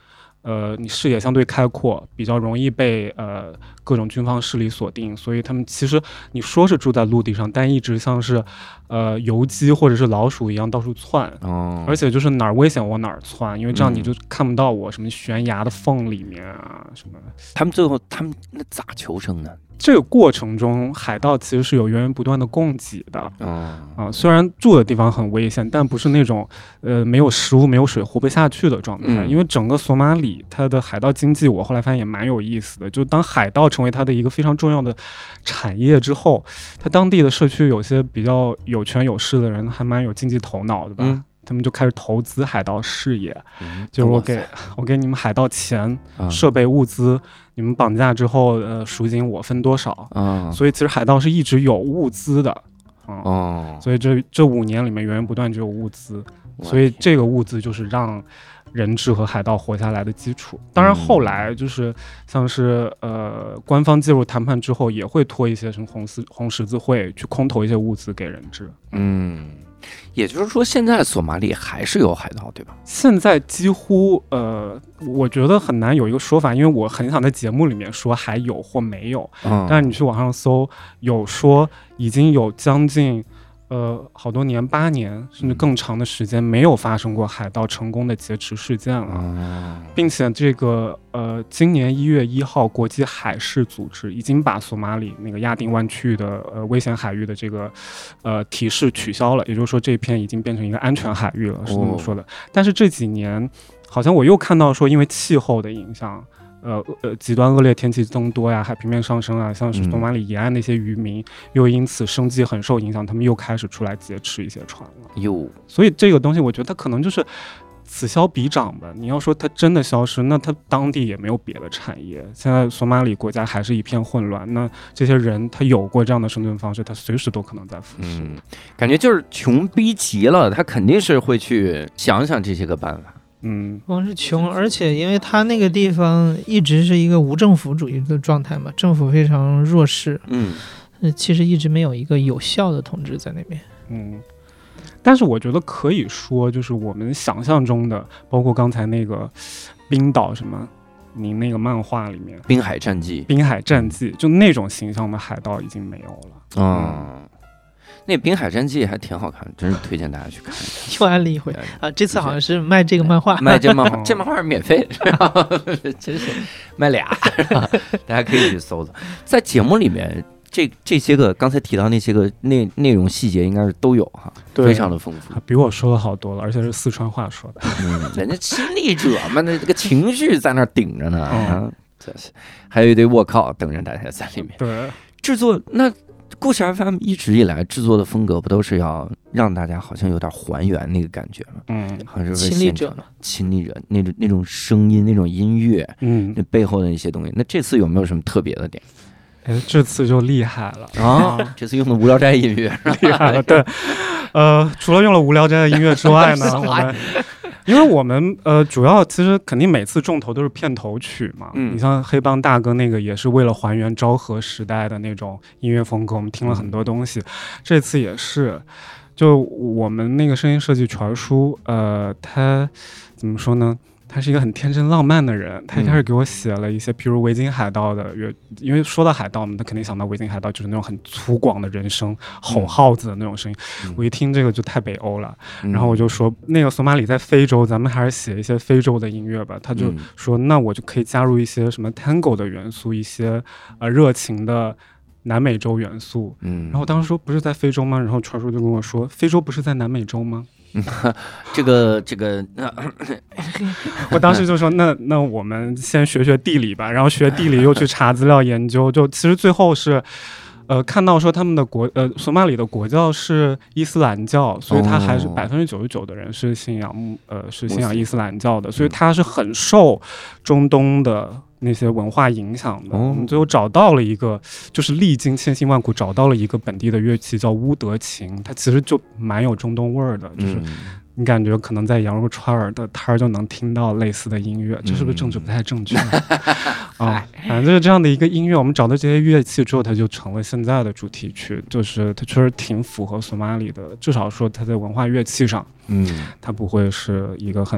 呃，你视野相对开阔，比较容易被呃各种军方势力锁定，所以他们其实你说是住在陆地上，但一直像是呃游击或者是老鼠一样到处窜， 哦， 而且就是哪儿危险往哪儿窜，因为这样你就看不到我什么悬崖的缝里面啊什么的。 他们最后他们那咋求生呢？ 这个过程中，海盗其实是有源源不断的供给的。 哦啊，虽然住的地方很危险，但不是那种呃没有食物、没有水活不下去的状态。 嗯、 因为整个索马里它的海盗经济，我后来发现也蛮有意思的。就当海盗成为它的一个非常重要的产业之后，它当地的社区有些比较有权有势的人，还蛮有经济头脑的吧。嗯，他们就开始投资海盗事业，嗯、就是我给我给你们海盗钱、嗯、设备、物资，你们绑架之后，呃，赎金我分多少？嗯，所以其实海盗是一直有物资的，嗯、哦，所以这这五年里面源源不断就有物资，所以这个物资就是让人质和海盗活下来的基础。当然后来就是像是呃官方介入谈判之后，也会托一些什么红十红十字会去空投一些物资给人质。 嗯。也就是说，现在索马里还是有海盗，对吧？ 现在几乎呃，我觉得很难有一个说法，因为我很想在节目里面说还有或没有，嗯、但是你去网上搜，有说已经有将近呃好多年，八年甚至更长的时间没有发生过海盗成功的劫持事件了，嗯、并且这个呃今年一月一号，国际海事组织已经把索马里那个亚丁湾区域的呃危险海域的这个呃提示取消了，也就是说这一片已经变成一个安全海域了，是这么说的。哦、但是这几年好像我又看到说，因为气候的影响。呃呃，极端恶劣天气增多呀，海平面上升啊，像是索马里沿岸那些渔民、嗯、又因此生计很受影响，他们又开始出来劫持一些船了。 哟， 所以这个东西，我觉得它可能就是此消彼长吧。你要说它真的消失，那它当地也没有别的产业。现在索马里国家还是一片混乱，那这些人他有过这样的生存方式，他随时都可能在复苏。 嗯，感觉就是穷逼急了，他肯定是会去想想这些个办法。 嗯，光是穷，而且因为他那个地方一直是一个无政府主义的状态嘛，政府非常弱势， 嗯， 其实一直没有一个有效的统治在那边， 嗯。但是我觉得可以说，就是我们想象中的，包括刚才那个冰岛什么，你那个漫画里面《 滨海战记》， 滨海战记就那种形象的海盗已经没有了， 嗯。嗯那《滨海战记》还挺好看的，真是推荐大家去看一下。 又安利一回啊！这次好像是卖这个漫画， 卖这漫画，这漫画是免费的，真是卖俩，大家可以去搜搜。在节目里面，这这些个刚才提到那些个内内容细节，应该是都有哈，非常的丰富， 比我说的好多了，而且是四川话说的。 嗯，人家亲历者嘛，那这个情绪在那顶着呢，嗯，这是还有一堆卧靠等着大家在里面。 对， 制作那。故事 F M 一直以来制作的风格不都是要让大家好像有点还原那个感觉吗？ 嗯， 好像是亲历者嘛， 亲历者那种那种声音、那种音乐， 嗯， 那背后的一些东西。那这次有没有什么特别的点？ 哎，这次就厉害了啊！这次用的无聊斋音乐厉害了，对。呃，除了用了无聊斋的音乐之外呢，我们。因为我们呃主要其实肯定每次重头都是片头曲嘛，嗯，你像黑帮大哥那个也是为了还原昭和时代的那种音乐风格，我们听了很多东西，嗯、这次也是，就我们那个声音设计全书，呃，他怎么说呢？他是一个很天真浪漫的人，他一开始给我写了一些，比如维京海盗的乐，因为说到海盗嘛，他肯定想到维京海盗就是那种很粗犷的人声，吼号子的那种声音。嗯、我一听这个就太北欧了，嗯、然后我就说，那个索马里在非洲，咱们还是写一些非洲的音乐吧。他就说，那我就可以加入一些什么 tango 的元素，一些呃热情的南美洲元素。嗯，然后我当时说不是在非洲吗？然后传说就跟我说，非洲不是在南美洲吗？ 这个这个， 我当时就说，那那我们先学学地理吧，然后学地理又去查资料研究，就其实最后是，呃，看到说他们的国呃索马里的国教是伊斯兰教，所以他还是百分之九十九的人是信仰呃是信仰伊斯兰教的，所以他是很受中东的那些文化影响的。我们最后找到了一个，就是历经千辛万苦找到了一个本地的乐器叫乌德琴，它其实就蛮有中东味儿的，就是你感觉可能在羊肉串儿的摊儿就能听到类似的音乐，这是不是政治不太正确啊？反正就是这样的一个音乐，我们找到这些乐器之后，它就成了现在的主题曲，就是它确实挺符合索马里的，至少说它在文化乐器上，嗯，它不会是一个很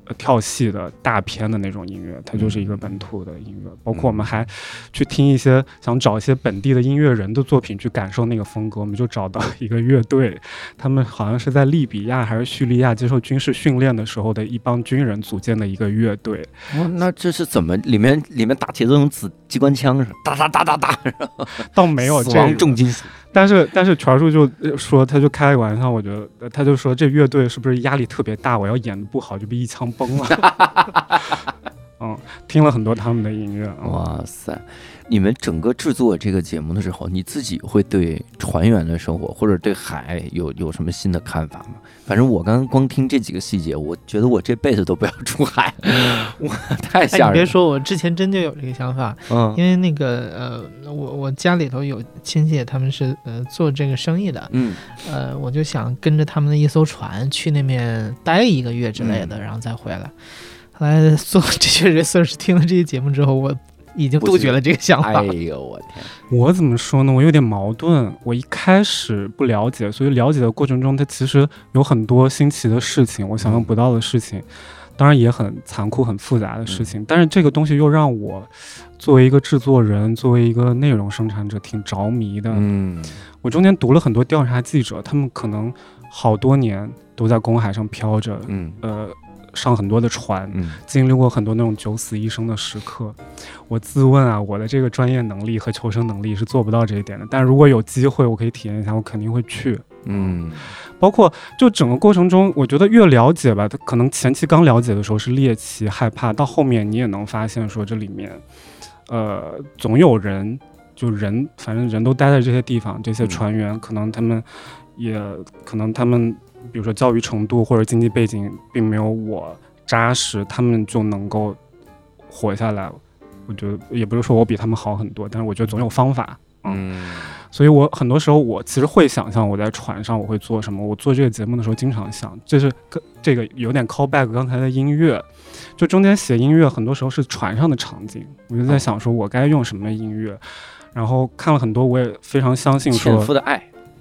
跳戏的大片的那种音乐，它就是一个本土的音乐。包括我们还去听一些想找一些本地的音乐人的作品去感受那个风格，我们就找到一个乐队，他们好像是在利比亚还是叙利亚接受军事训练的时候的一帮军人组建的一个乐队。 哦，那这是怎么里面里面打铁这种子机关枪是哒哒哒哒哒， 倒没有死亡重金属。 但是但是权叔就说，他就开个玩笑，我觉得他就说这乐队是不是压力特别大，我要演的不好就被一枪崩了。嗯，听了很多他们的音乐。嗯、 哇塞！你们整个制作这个节目的时候，你自己会对船员的生活或者对海有有什么新的看法吗？反正我刚刚光听这几个细节，我觉得我这辈子都不要出海，我太吓人了。 哎，你别说，我之前真就有这个想法， 嗯， 因为那个呃，我我家里头有亲戚，他们是呃做这个生意的， 嗯， 呃，我就想跟着他们的一艘船去那边待一个月之类的，嗯、然后再回来。后来做这些 research 听了这些节目之后，我已经杜绝了这个想法。 哎呦我天！ 我怎么说呢？我有点矛盾。我一开始不了解，所以了解的过程中，它其实有很多新奇的事情，我想象不到的事情，当然也很残酷、很复杂的事情。嗯、但是这个东西又让我作为一个制作人，作为一个内容生产者，挺着迷的。嗯，我中间读了很多调查记者，他们可能好多年都在公海上飘着，嗯，呃。上很多的船，经历过很多那种九死一生的时刻。我自问啊，我的这个专业能力和求生能力是做不到这一点的。但如果有机会，我可以体验一下，我肯定会去。嗯，包括就整个过程中，我觉得越了解吧，他可能前期刚了解的时候是猎奇害怕，到后面你也能发现说这里面，呃，总有人就人，反正人都待在这些地方，这些船员可能他们也可能他们。比如说教育程度或者经济背景并没有我扎实，他们就能够活下来。我觉得也不是说我比他们好很多，但是我觉得总有方法。嗯，嗯所以我很多时候我其实会想象我在船上我会做什么。我做这个节目的时候经常想，这是这个有点 call back 刚才的音乐，就中间写音乐很多时候是船上的场景，我就在想说我该用什么音乐。然后看了很多，我也非常相信说潜伏的爱。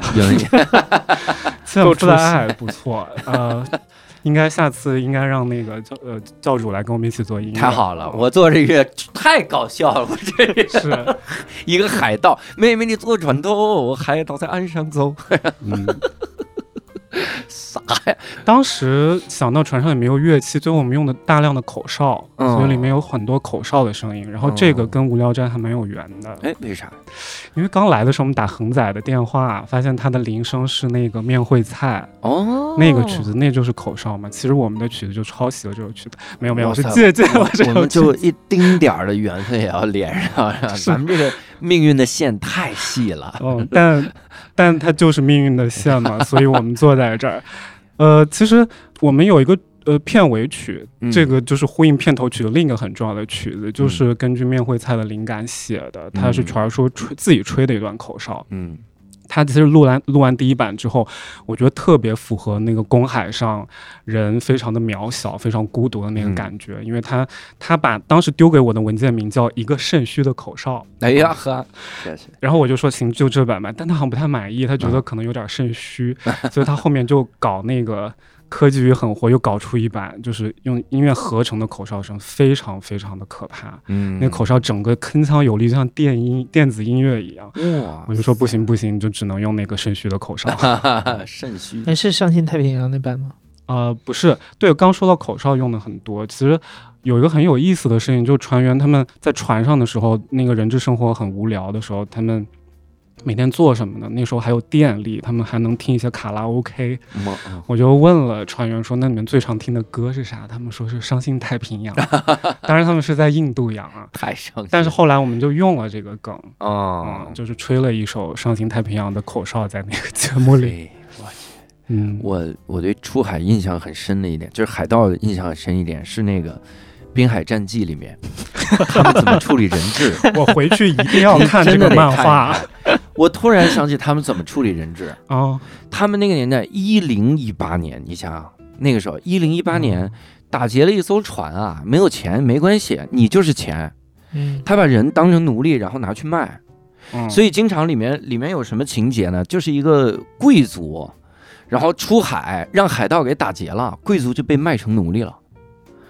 潜伏的爱不错，呃，应该下次应该让那个教呃教主来跟我们一起做音乐。 太好了，我做这个太搞笑了，我这个是一个海盗，妹妹你坐船头，海盗在岸上走。嗯，啥呀？ 当时想到船上也没有乐器，最后我们用的大量的口哨，嗯、所以里面有很多口哨的声音。然后这个跟无聊斋还蛮有缘的。 哎、嗯，为啥？ 因为刚来的时候我们打恒仔的电话，发现他的铃声是那个面会菜哦，那个曲子那就是口哨嘛。其实我们的曲子就抄袭了这首曲子，没有没有，是借鉴了这首曲子。 我们就一丁点儿的缘分也要连上，咱们这个命运的线太细了。 嗯，但但它就是命运的线嘛，所以我们坐在这儿。呃，其实我们有一个呃片尾曲，嗯、这个就是呼应片头曲的另一个很重要的曲子，嗯、就是根据面会菜的灵感写的，它是传说吹自己吹的一段口哨。嗯，它其实录完录完第一版之后，我觉得特别符合那个公海上人非常的渺小、非常孤独的那个感觉，嗯、因为他他把当时丢给我的文件名叫一个肾虚的口哨。 哎呀呵， 然后我就说行，就这版吧，但他好像不太满意，他觉得可能有点肾虚，嗯、所以他后面就搞那个。科技与狠活又搞出一版，就是用音乐合成的口哨声，非常非常的可怕。嗯，那口哨整个铿锵有力，就像电音、电子音乐一样。哇！我就说不行不行，就只能用那个肾虚的口哨。 肾虚？ 哎，是上新太平洋那版吗？ 呃，不是。对，刚说到口哨用的很多，其实有一个很有意思的事情，就是船员他们在船上的时候，那个人质生活很无聊的时候，他们。每天做什么呢？那时候还有电力，他们还能听一些卡拉 OK。嗯、我就问了船员说：“那你们最常听的歌是啥？”他们说是《伤心太平洋》。当然他们是在印度洋啊， 太伤心。 但是后来我们就用了这个梗，哦、嗯，就是吹了一首《伤心太平洋》的口哨在那个节目里。 我去，嗯，我我对出海印象很深的一点，就是海盗的印象很深一点是那个。《滨海战记》里面，他们怎么处理人质？ 我回去一定要看这个漫画。 我突然想起他们怎么处理人质哦， 他们那个年代，一零一八年，你想想那个时候，一零一八年打劫了一艘船啊，没有钱没关系，你就是钱。嗯，他把人当成奴隶，然后拿去卖。嗯，所以经常里面里面有什么情节呢？就是一个贵族，然后出海让海盗给打劫了，贵族就被卖成奴隶了。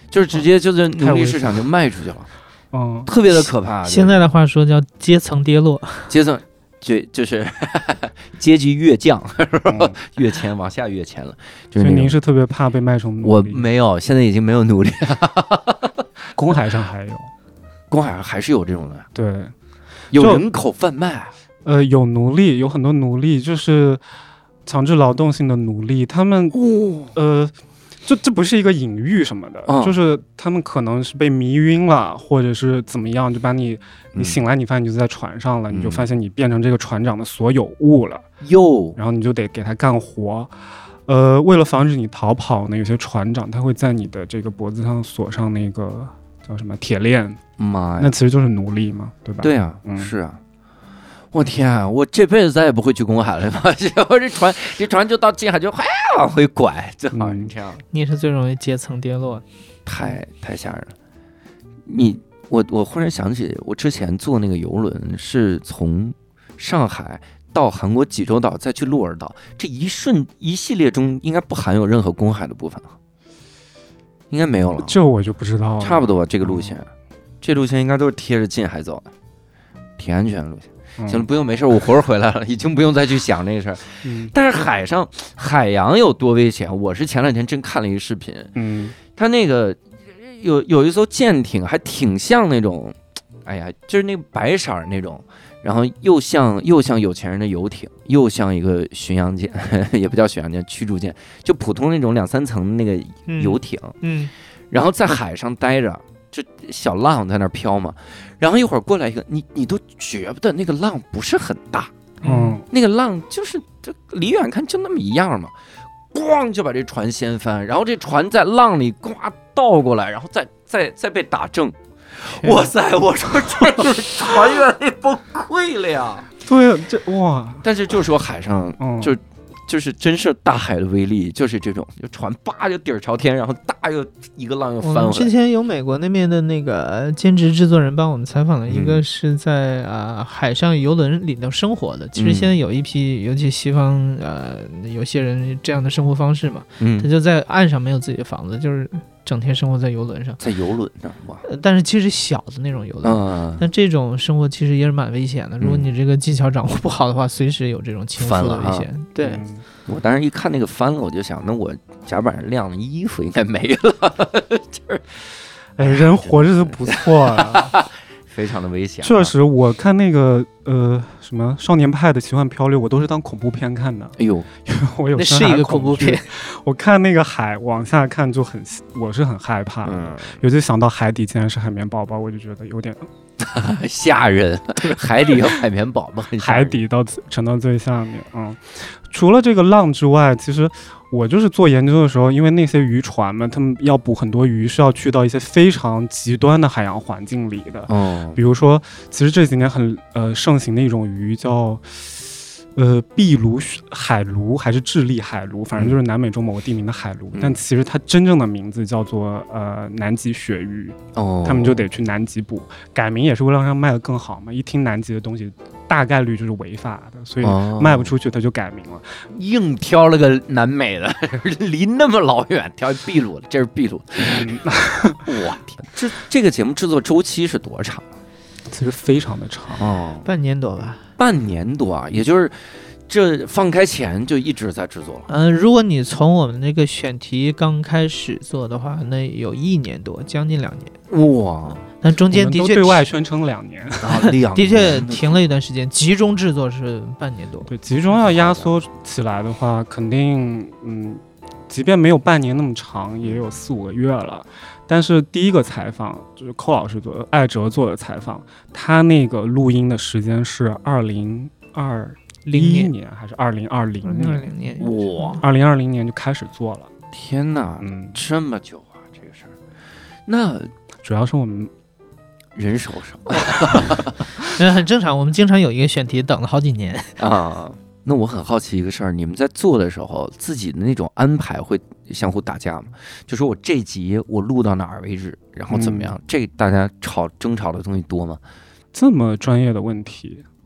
就是直接就是奴隶市场就卖出去了， 嗯， 特别的可怕。 现在的话说叫阶层跌落， 阶层就就是阶级跃降，嗯、跃迁往下跃迁了。就是、 所以您是特别怕被卖成奴隶？ 我没有，现在已经没有奴隶了。 公海上还有， 公海上还是有这种的。 对， 有人口贩卖。 呃，有奴隶，有很多奴隶，就是强制劳动性的奴隶，他们，哦、呃，这这不是一个隐喻什么的，嗯、就是他们可能是被迷晕了，或者是怎么样，就把你，你醒来，你发现你就在船上了，嗯、你就发现你变成这个船长的所有物了，哟，然后你就得给他干活，呃，为了防止你逃跑呢，有些船长他会在你的这个脖子上锁上那个叫什么铁链， 妈呀， 那其实就是奴隶嘛，对吧？ 对啊，嗯、是啊。我天啊！我这辈子再也不会去公海了吧？我这船，这船就到近海就哗往回拐，正好你这样。 你是最容易阶层跌落， 太太吓人了。你我我忽然想起，我之前坐那个游轮是从上海到韩国济州岛，再去鹿儿岛，这一瞬一系列中应该不含有任何公海的部分，应该没有了。 这我就不知道了。 差不多这个路线，这路线应该都是贴着近海走的，挺安全的路线。行了，不用，没事，我活着回来了，已经不用再去想这个事儿。嗯，但是海上海洋有多危险？我是前两天真看了一个视频，嗯，他那个有有一艘舰艇，还挺像那种，哎呀，就是那个白色那种，然后又像又像有钱人的游艇，又像一个巡洋舰，也不叫巡洋舰，驱逐舰，就普通那种两三层那个游艇，嗯，嗯然后在海上待着。就小浪在那飘嘛，然后一会儿过来一个，你你都觉得那个浪不是很大，嗯，那个浪就是就离远看就那么一样嘛，咣就把这船掀翻，然后这船在浪里呱倒过来，然后再再再被打正，哇塞！我说这是船员得崩溃了呀！ 对，这哇！ 但是就说海上就。嗯就是真是大海的威力，就是这种，就船叭就底儿朝天，然后大又一个浪又翻回来。 之前有美国那边的那个兼职制作人帮我们采访了一个是在啊、呃、海上游轮里头生活的。其实现在有一批，尤其西方呃有些人这样的生活方式嘛，嗯，他就在岸上没有自己的房子，就是整天生活在游轮上， 在游轮上哇、 呃！但是其实小的那种游轮，嗯，但这种生活其实也是蛮危险的。如果你这个技巧掌握不好的话，随时有这种倾覆的危险。对、嗯， 我当时一看那个翻了，我就想，那我甲板上晾的衣服应该没了，就是， 哎，人活着就不错了。 非常的危险、啊。 确实，我看那个呃什么少年派的奇幻漂流，我都是当恐怖片看的。 哎呦， 我有那是一个恐怖片。 我看那个海往下看就很，我是很害怕的。嗯，尤其想到海底竟然是海绵宝宝，我就觉得有点吓人。海底有海绵宝宝，很吓人。 海底到沉到最下面，嗯。除了这个浪之外，其实我就是做研究的时候，因为那些渔船嘛，他们要捕很多鱼，是要去到一些非常极端的海洋环境里的。哦，比如说，其实这几年很呃盛行的一种鱼叫呃秘鲁海鲈，还是智利海鲈，反正就是南美洲某个地名的海鲈。嗯、但其实它真正的名字叫做呃南极鳕鱼。哦，他们就得去南极捕，改名也是为了让卖得更好嘛。一听南极的东西，大概率就是违法的，所以卖不出去，他就改名了。 哦、硬挑了个南美的，离那么老远挑秘鲁的，这是秘鲁的。嗯、我天，这这个节目制作周期是多长？ 其实非常的长哦，半年多吧。 半年多啊，也就是这放开前就一直在制作了。 嗯、呃，如果你从我们那个选题刚开始做的话，那有一年多，将近两年。 哇！ 但中间的确对外宣称两年， 啊、两的确停了一段时间。集中制作是半年多。 对，集中要压缩起来的话，肯定嗯，即便没有半年那么长，也有四五个月了。但是第一个采访就是寇老师做的，艾哲做的采访，他那个录音的时间是二零二一年还是二零二零年？ 二零年哇， 二零二零年就开始做了。 天哪，嗯，这么久啊，这个事儿。那主要是我们人手少， 那很正常。我们经常有一个选题等了好几年啊。那我很好奇一个事儿，你们在做的时候，自己的那种安排会相互打架吗？就说我这集我录到哪儿为止，然后怎么样？嗯、这大家吵争吵的东西多吗？ 这么专业的问题，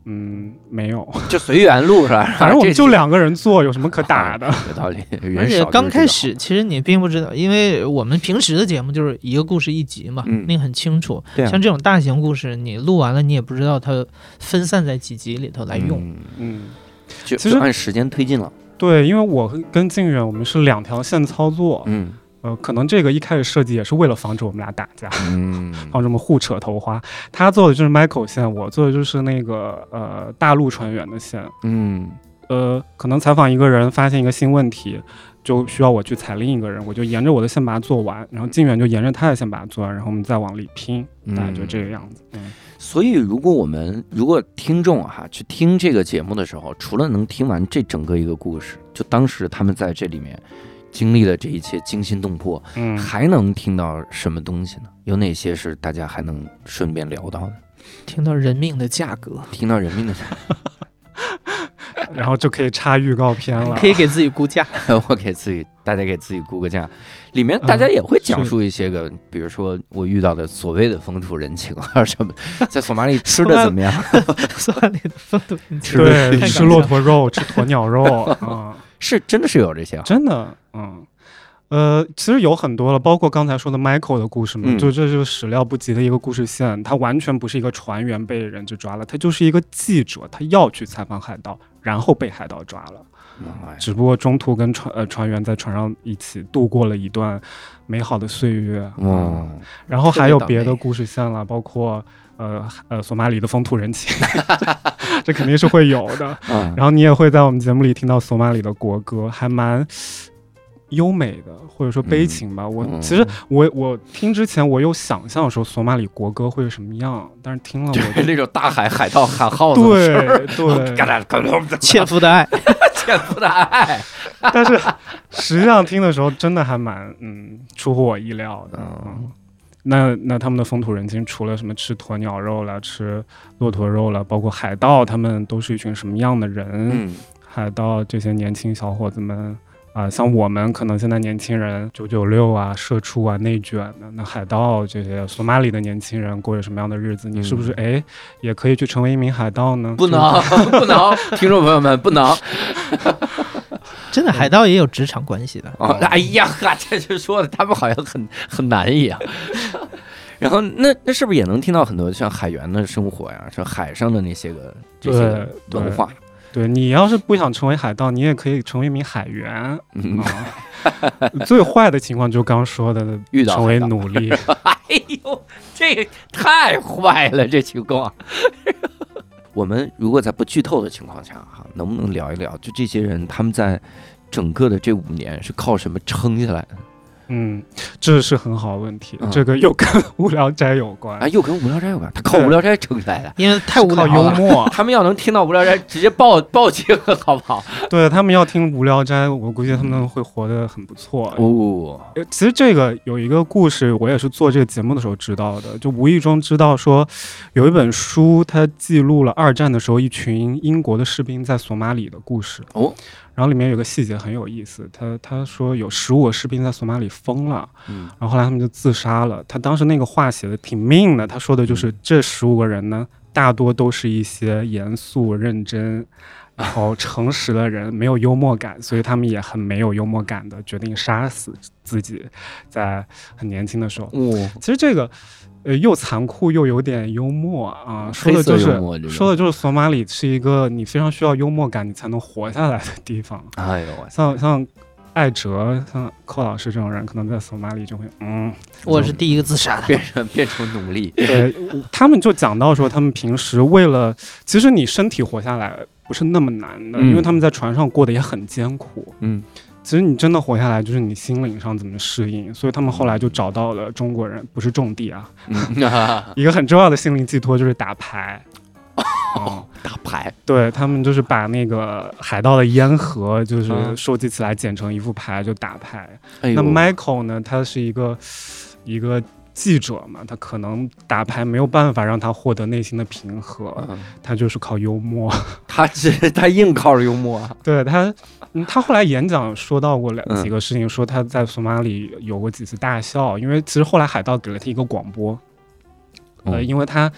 嗯，没有， 就随缘路是吧？ 反正我们就两个人做，有什么可打的？ 有道理。 而且刚开始，其实你并不知道，因为我们平时的节目就是一个故事一集嘛，嗯、那个很清楚。 啊、 像这种大型故事，你录完了，你也不知道它分散在几集里头来用。 嗯，嗯就其实按时间推进了。 对，因为我跟靖远我们是两条线操作。 嗯。 呃，可能这个一开始设计也是为了防止我们俩打架，嗯，防止我们互扯头花。他做的就是 Michael 线，我做的就是那个呃大陆船员的线，嗯，呃，可能采访一个人发现一个新问题，就需要我去采另一个人，我就沿着我的线把它做完，然后靖远就沿着他的线把它做完，然后我们再往里拼，大概就这个样子。嗯， 所以如果我们如果听众哈去听这个节目的时候，除了能听完这整个一个故事，就当时他们在这里面经历了这一切惊心动魄，嗯，还能听到什么东西呢？有哪些是大家还能顺便聊到的？ 听到人命的价格， 听到人命的价格， 然后就可以插预告片了， 可以给自己估价。 我给自己，大家给自己估个价。里面大家也会讲述一些个，嗯、比如说我遇到的所谓的风土人情啊什么，在索马里吃的怎么样？ 索马里的风土人情， 对，吃骆驼肉，吃鸵鸟肉啊。嗯是真的是有这些、啊， 真的，嗯，呃，其实有很多了，包括刚才说的 Michael 的故事嘛，嗯、就这就是始料不及的一个故事线，他完全不是一个船员被人质抓了，他就是一个记者，他要去采访海盗，然后被海盗抓了，嗯、只不过中途跟船呃船员在船上一起度过了一段美好的岁月，嗯，然后还有别的故事线了，包括。呃呃，索马里的风土人情，这肯定是会有的。嗯、然后你也会在我们节目里听到索马里的国歌，还蛮优美的，或者说悲情吧。嗯、我、嗯、其实我我听之前我有想象说索马里国歌会是什么样，但是听了我就是那种大海海盗喊号子， 对对， 纤夫的爱， 纤夫的爱。 但是实际上听的时候，真的还蛮嗯出乎我意料的。嗯那那他们的风土人情，除了什么吃鸵鸟肉了、吃骆驼肉了，包括海盗，他们都是一群什么样的人？嗯、海盗这些年轻小伙子们啊、呃，像我们可能现在年轻人九九六啊、社畜啊、内卷的，那海盗这些索马里的年轻人过着什么样的日子？你是不是哎、嗯、也可以去成为一名海盗呢？ 不能，不能，听众朋友们不能。 真的，海盗也有职场关系的。 哦，哎呀，这就说的他们好像很很难一样。然后那那是不是也能听到很多像海员的生活呀，像海上的那些个这些文化？ 对，对你要是不想成为海盗，你也可以成为一名海员。嗯啊、最坏的情况就刚说的， 遇到成为奴隶。 哎呦，这个太坏了，这情况。我们如果在不剧透的情况下哈，能不能聊一聊，就这些人他们在整个的这五年是靠什么撑下来的？ 嗯，这是很好的问题，嗯、这个又跟无聊斋有关啊，又跟无聊斋有关，他靠无聊斋撑起来的， 因为太无聊了， 幽默。 他们要能听到无聊斋，直接报报警，好不好？ 对他们要听无聊斋，我估计他们会活得很不错哦。其实这个有一个故事，我也是做这个节目的时候知道的，就无意中知道说，有一本书，它记录了二战的时候一群英国的士兵在索马里的故事哦。然后里面有个细节很有意思，他他说有十五个士兵在索马里疯了，嗯，然后后来他们就自杀了。他当时那个话写的挺命的，他说的就是这十五个人呢，大多都是一些严肃认真然后诚实的人，没有幽默感，所以他们也很没有幽默感的决定杀死自己，在很年轻的时候。哦，其实这个呃，又残酷又有点幽默啊，说的就是说的就是索马里是一个你非常需要幽默感你才能活下来的地方。 哎呦， 像像艾哲、像寇老师这种人，可能在索马里就会嗯， 我是第一个自杀的， 变成变成奴隶。 对，他们就讲到说，他们平时为了，其实你身体活下来不是那么难的，嗯、因为他们在船上过得也很艰苦。嗯。其实你真的活下来，就是你心灵上怎么适应，所以他们后来就找到了中国人，不是种地啊，嗯、一个很重要的心灵寄托就是打牌。 哦，打牌， 对他们就是把那个海盗的烟盒就是收集起来剪成一副牌就打牌。哎、那 Michael 呢，他是一个一个记者嘛，他可能打牌没有办法让他获得内心的平和，嗯、他就是靠幽默， 他只他硬靠幽默。对他。嗯，他后来演讲说到过两几个事情，嗯、说他在索马里有过几次大笑，因为其实后来海盗给了他一个广播，嗯、呃，因为他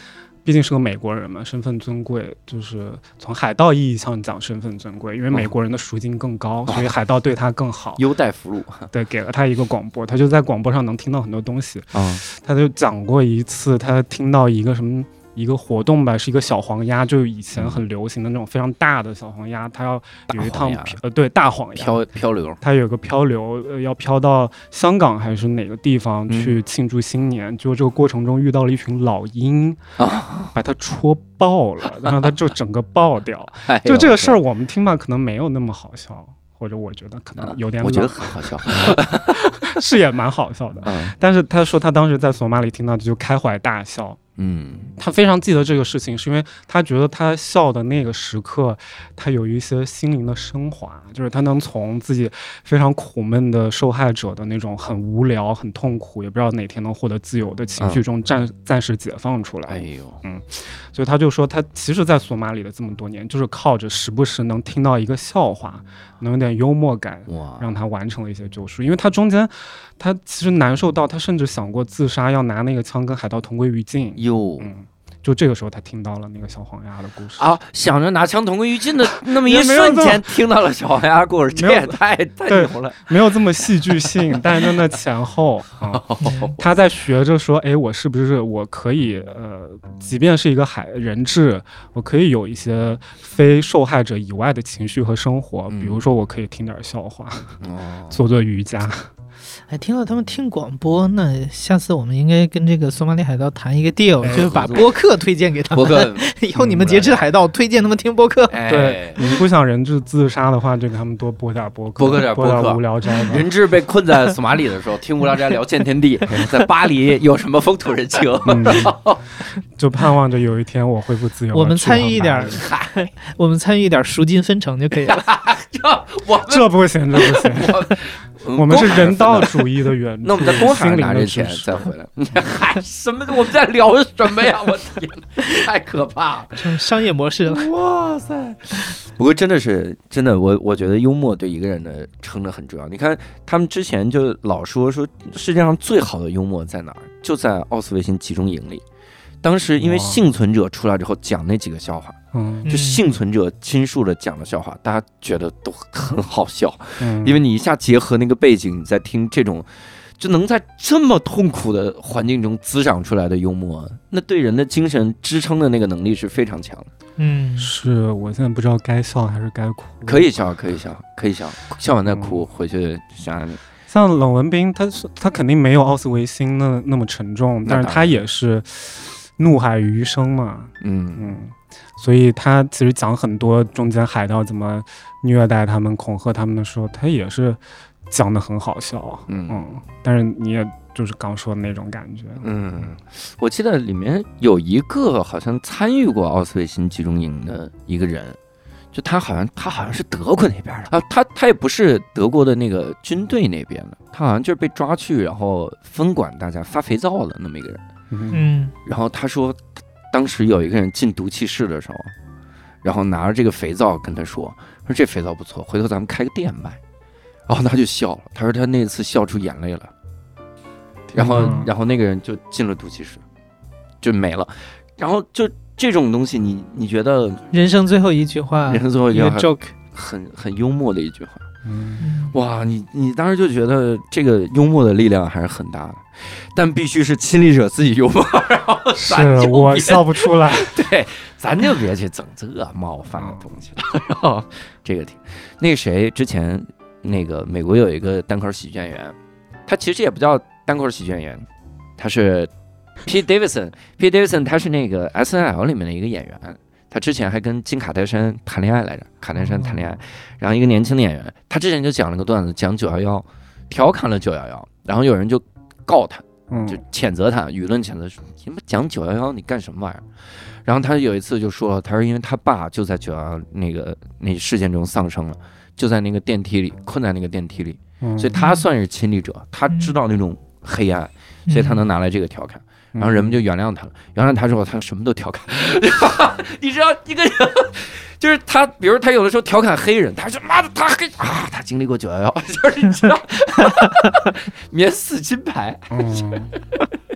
毕竟是个美国人嘛，身份尊贵，就是从海盗意义上讲身份尊贵，因为美国人的赎金更高，哦、所以海盗对他更好， 优待俘虏。 对，给了他一个广播，他就在广播上能听到很多东西。 嗯、 他就讲过一次，他听到一个什么。一个活动吧，是一个小黄鸭，就以前很流行的那种非常大的小黄鸭，它要有一趟呃对大黄鸭漂漂流， 它有个漂流，呃要漂到香港还是哪个地方去庆祝新年，嗯、就这个过程中遇到了一群老鹰，啊、把它戳爆了，然后它就整个爆掉。哎、就这个事儿，我们听吧，可能没有那么好笑。或者我觉得可能有点、 嗯，我觉得很好笑， 是也蛮好笑的。嗯、但是他说他当时在索马里听到就开怀大笑。嗯，他非常记得这个事情，是因为他觉得他笑的那个时刻，他有一些心灵的升华，就是他能从自己非常苦闷的受害者的那种很无聊、很痛苦，也不知道哪天能获得自由的情绪中暂、嗯、暂时解放出来。 哎呦， 嗯，所以他就说，他其实，在索马里的这么多年，就是靠着时不时能听到一个笑话，能有点幽默感，让他完成了一些救赎。因为他中间，他其实难受到，他甚至想过自杀，要拿那个枪跟海盗同归于尽。 哟， 嗯，就这个时候他听到了那个小黄鸭的故事啊，想着拿枪同归于尽的那么一瞬间，听到了小黄鸭故事，这也太太牛了。 没有这么戏剧性，但是那前后啊，他在学着说，哎，我是不是我可以呃，即便是一个海人质，我可以有一些非受害者以外的情绪和生活，比如说我可以听点笑话，嗯、做做瑜伽。 哎，听到他们听广播，那下次我们应该跟这个索马里海盗谈一个 deal，、哎、就是把播客推荐给他们。播客以后你们劫持海盗，推荐他们听播客。 哎、 对，你们不想人质自杀的话，就给他们多播点播客， 播客点播客。 无聊斋。 人质被困在索马里的时候，听无聊斋聊见天地，在巴黎有什么风土人情？ 嗯、就盼望着有一天我恢复自由。 我们参与一点，我们参与一点赎金分成就可以了。 这我这不行，这不行。我们是人道主义的原， 那我们在公海拿这钱再回来。嗨，什么？我们在聊什么呀？我天，太可怕了！ 这商业模式了。 哇塞！不过真的是真的，我我觉得幽默对一个人的撑得很重要。你看他们之前就老说说世界上最好的幽默在哪儿？就在奥斯维辛集中营里。当时因为幸存者出来之后讲那几个笑话，嗯，就幸存者倾诉的讲的笑话，大家觉得都很好笑，嗯，因为你一下结合那个背景，你在听这种，就能在这么痛苦的环境中滋长出来的幽默，那对人的精神支撑的那个能力是非常强的。 嗯，是我现在不知道该笑还是该哭。 可以笑，可以笑，可以笑，笑完再哭，嗯、回去想想你。 像冷文彬，他他肯定没有奥斯维辛那那么沉重，但是他也是。怒海余生嘛，嗯嗯，所以他其实讲很多中间海盗怎么虐待他们、恐吓他们的时候，他也是讲得很好笑，嗯嗯，但是你也就是刚说的那种感觉， 嗯，我记得里面有一个好像参与过奥斯维辛集中营的一个人，就他好像他好像是德国那边的啊，他他也不是德国的那个军队那边的，他好像就是被抓去，然后分管大家发肥皂的那么一个人。嗯，然后他说，当时有一个人进毒气室的时候，然后拿着这个肥皂跟他说：“说这肥皂不错，回头咱们开个店卖。”然后他就笑了，他说他那次笑出眼泪了。然后，然后那个人就进了毒气室，就没了。然后就这种东西你，你你觉得人生最后一句话， 人生最后一句话 joke， 很很幽默的一句话。嗯，哇，你你当时就觉得这个幽默的力量还是很大的，但必须是亲历者自己幽默，然后咱是我笑不出来， 对，咱就别去整这冒犯的东西了。然后这个挺，那个谁之前那个美国有一个单口喜剧演员，他其实也不叫单口喜剧演员，他是 Pete Davidson，Pete Davidson 他是那个 S N L 里面的一个演员。他之前还跟金卡戴珊谈恋爱来着，卡戴珊谈恋爱，然后一个年轻的演员，他之前就讲了个段子，讲九一一，调侃了九一一，然后有人就告他，就谴责他，舆论谴责说你们讲九一一你干什么玩意儿？然后他有一次就说，他说因为他爸就在九一一那个那事件中丧生了，就在那个电梯里困在那个电梯里，所以他算是亲历者，他知道那种黑暗，所以他能拿来这个调侃。然后人们就原谅他了，原谅他之后，他什么都调侃。你知道一个人，就是他，比如他有的时候调侃黑人，他说妈的他黑啊，他经历过九一一，就是你知道，免死金牌。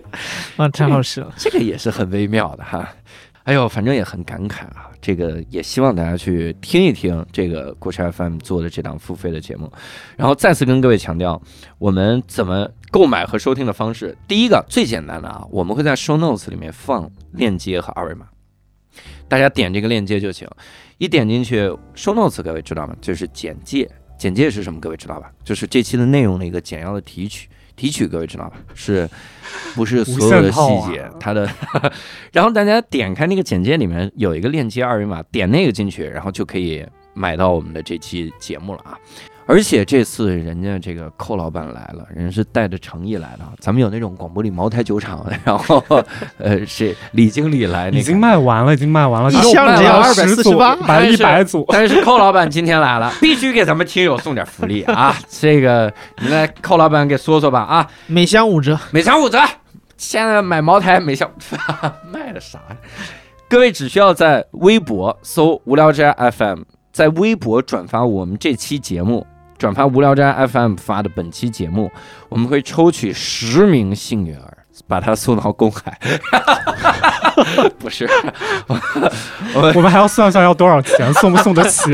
啊，太好使了， 这个也是很微妙的哈。哎呦，反正也很感慨啊。这个也希望大家去听一听这个故事 F M 做的这档付费的节目，然后再次跟各位强调，我们怎么购买和收听的方式。第一个最简单的啊，我们会在 show notes 里面放链接和二维码，大家点这个链接就行。一点进去 show notes， 各位知道吗？就是简介。简介是什么？各位知道吧？就是这期的内容的一个简要的提取。提取各位知道吧？是不是所有的细节？啊、它的，然后大家点开那个简介里面有一个链接二维码，点那个进去，然后就可以买到我们的这期节目了啊！而且这次人家这个寇老板来了，人是带着诚意来的。咱们有那种广播里茅台酒厂，然后呃是李经理来、那个， 已经卖完了，已经卖完了， 一箱只要二百四十八， 买了一百组。 但是寇老板今天来了，必须给咱们听友送点福利啊！这个你来寇老板给说说吧啊！ 每箱五折， 每箱五折。现在买茅台每箱卖的啥呀？各位只需要在微博搜无聊斋 F M， 在微博转发我们这期节目。转发无聊斋 F M 发的本期节目，我们会抽取十名幸运儿，把它送到公海。不是，我, 我, 我们还要算算要多少钱，送不送得起？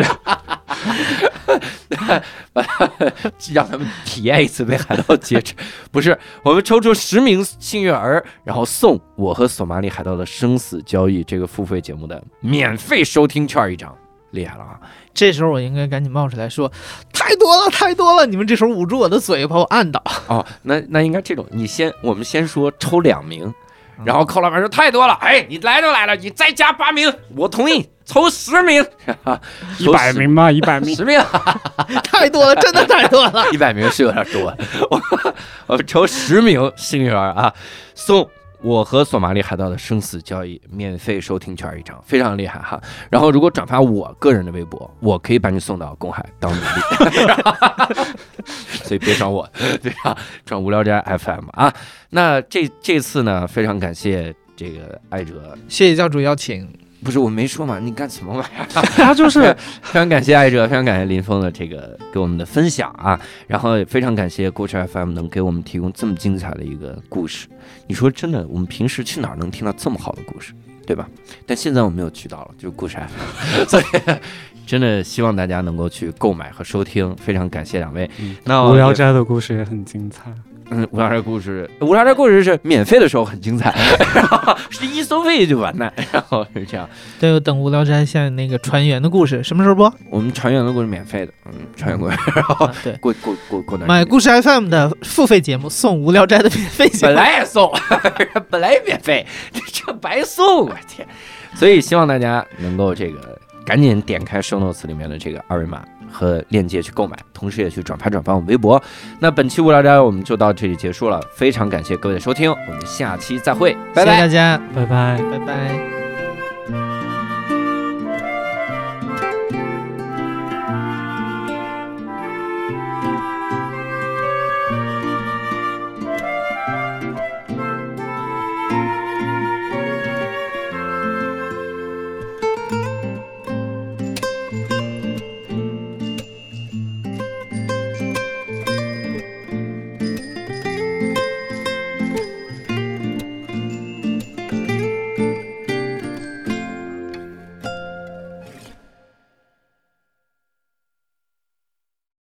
让他们体验一次被海盗劫持。不是，我们抽出十名幸运儿，然后送我和索马里海盗的生死交易这个付费节目的免费收听券一张。厉害了啊！ 这时候我应该赶紧冒出来说，太多了，太多了！你们这时候捂住我的嘴，把我按倒。 哦，那那应该这种，你先，我们先说抽两名，然后寇老板说太多了，哎，你来都来了，你再加八名，我同意，抽十名， 一百名吗？一百名， 十名， 太多了，真的太多了， 一百名是有点多，我我抽十名幸运儿啊，送。我和索马里海盗的生死交易免费收听券一张，非常厉害哈。然后如果转发我个人的微博，我可以把你送到公海当奴隶。所以别找我，别找转无聊斋 F M 啊。那这这次呢，非常感谢这个艾哲， 谢谢教主邀请。 不是我没说嘛，你干什么玩意儿？ 他就是非常感谢艾哲，非常感谢林峰的这个给我们的分享啊，然后也非常感谢故事 F M 能给我们提供这么精彩的一个故事。你说真的，我们平时去哪儿能听到这么好的故事，对吧？但现在我们有渠道了，就是故事 F M， 所以真的希望大家能够去购买和收听。非常感谢两位。 嗯、那无聊斋的故事也很精彩。 嗯，无聊斋故事，无聊斋故事是免费的时候很精彩，是一收费就完蛋，然后是这样。 对，等无聊斋像那个船员的故事什么时候播？ 我们船员的故事免费的，嗯，船员故事，然后对，过过过过段。 买故事 F M 的付费节目送无聊斋的免费节目， 本来也送，本来也免费，这白送，我天！所以希望大家能够这个赶紧点开 show notes 里面的这个二维码和链接去购买，同时也去转发转发我们微博。那本期无聊斋我们就到这里结束了，非常感谢各位的收听，我们下期再会，拜拜， 谢谢大家， 拜拜， 拜拜。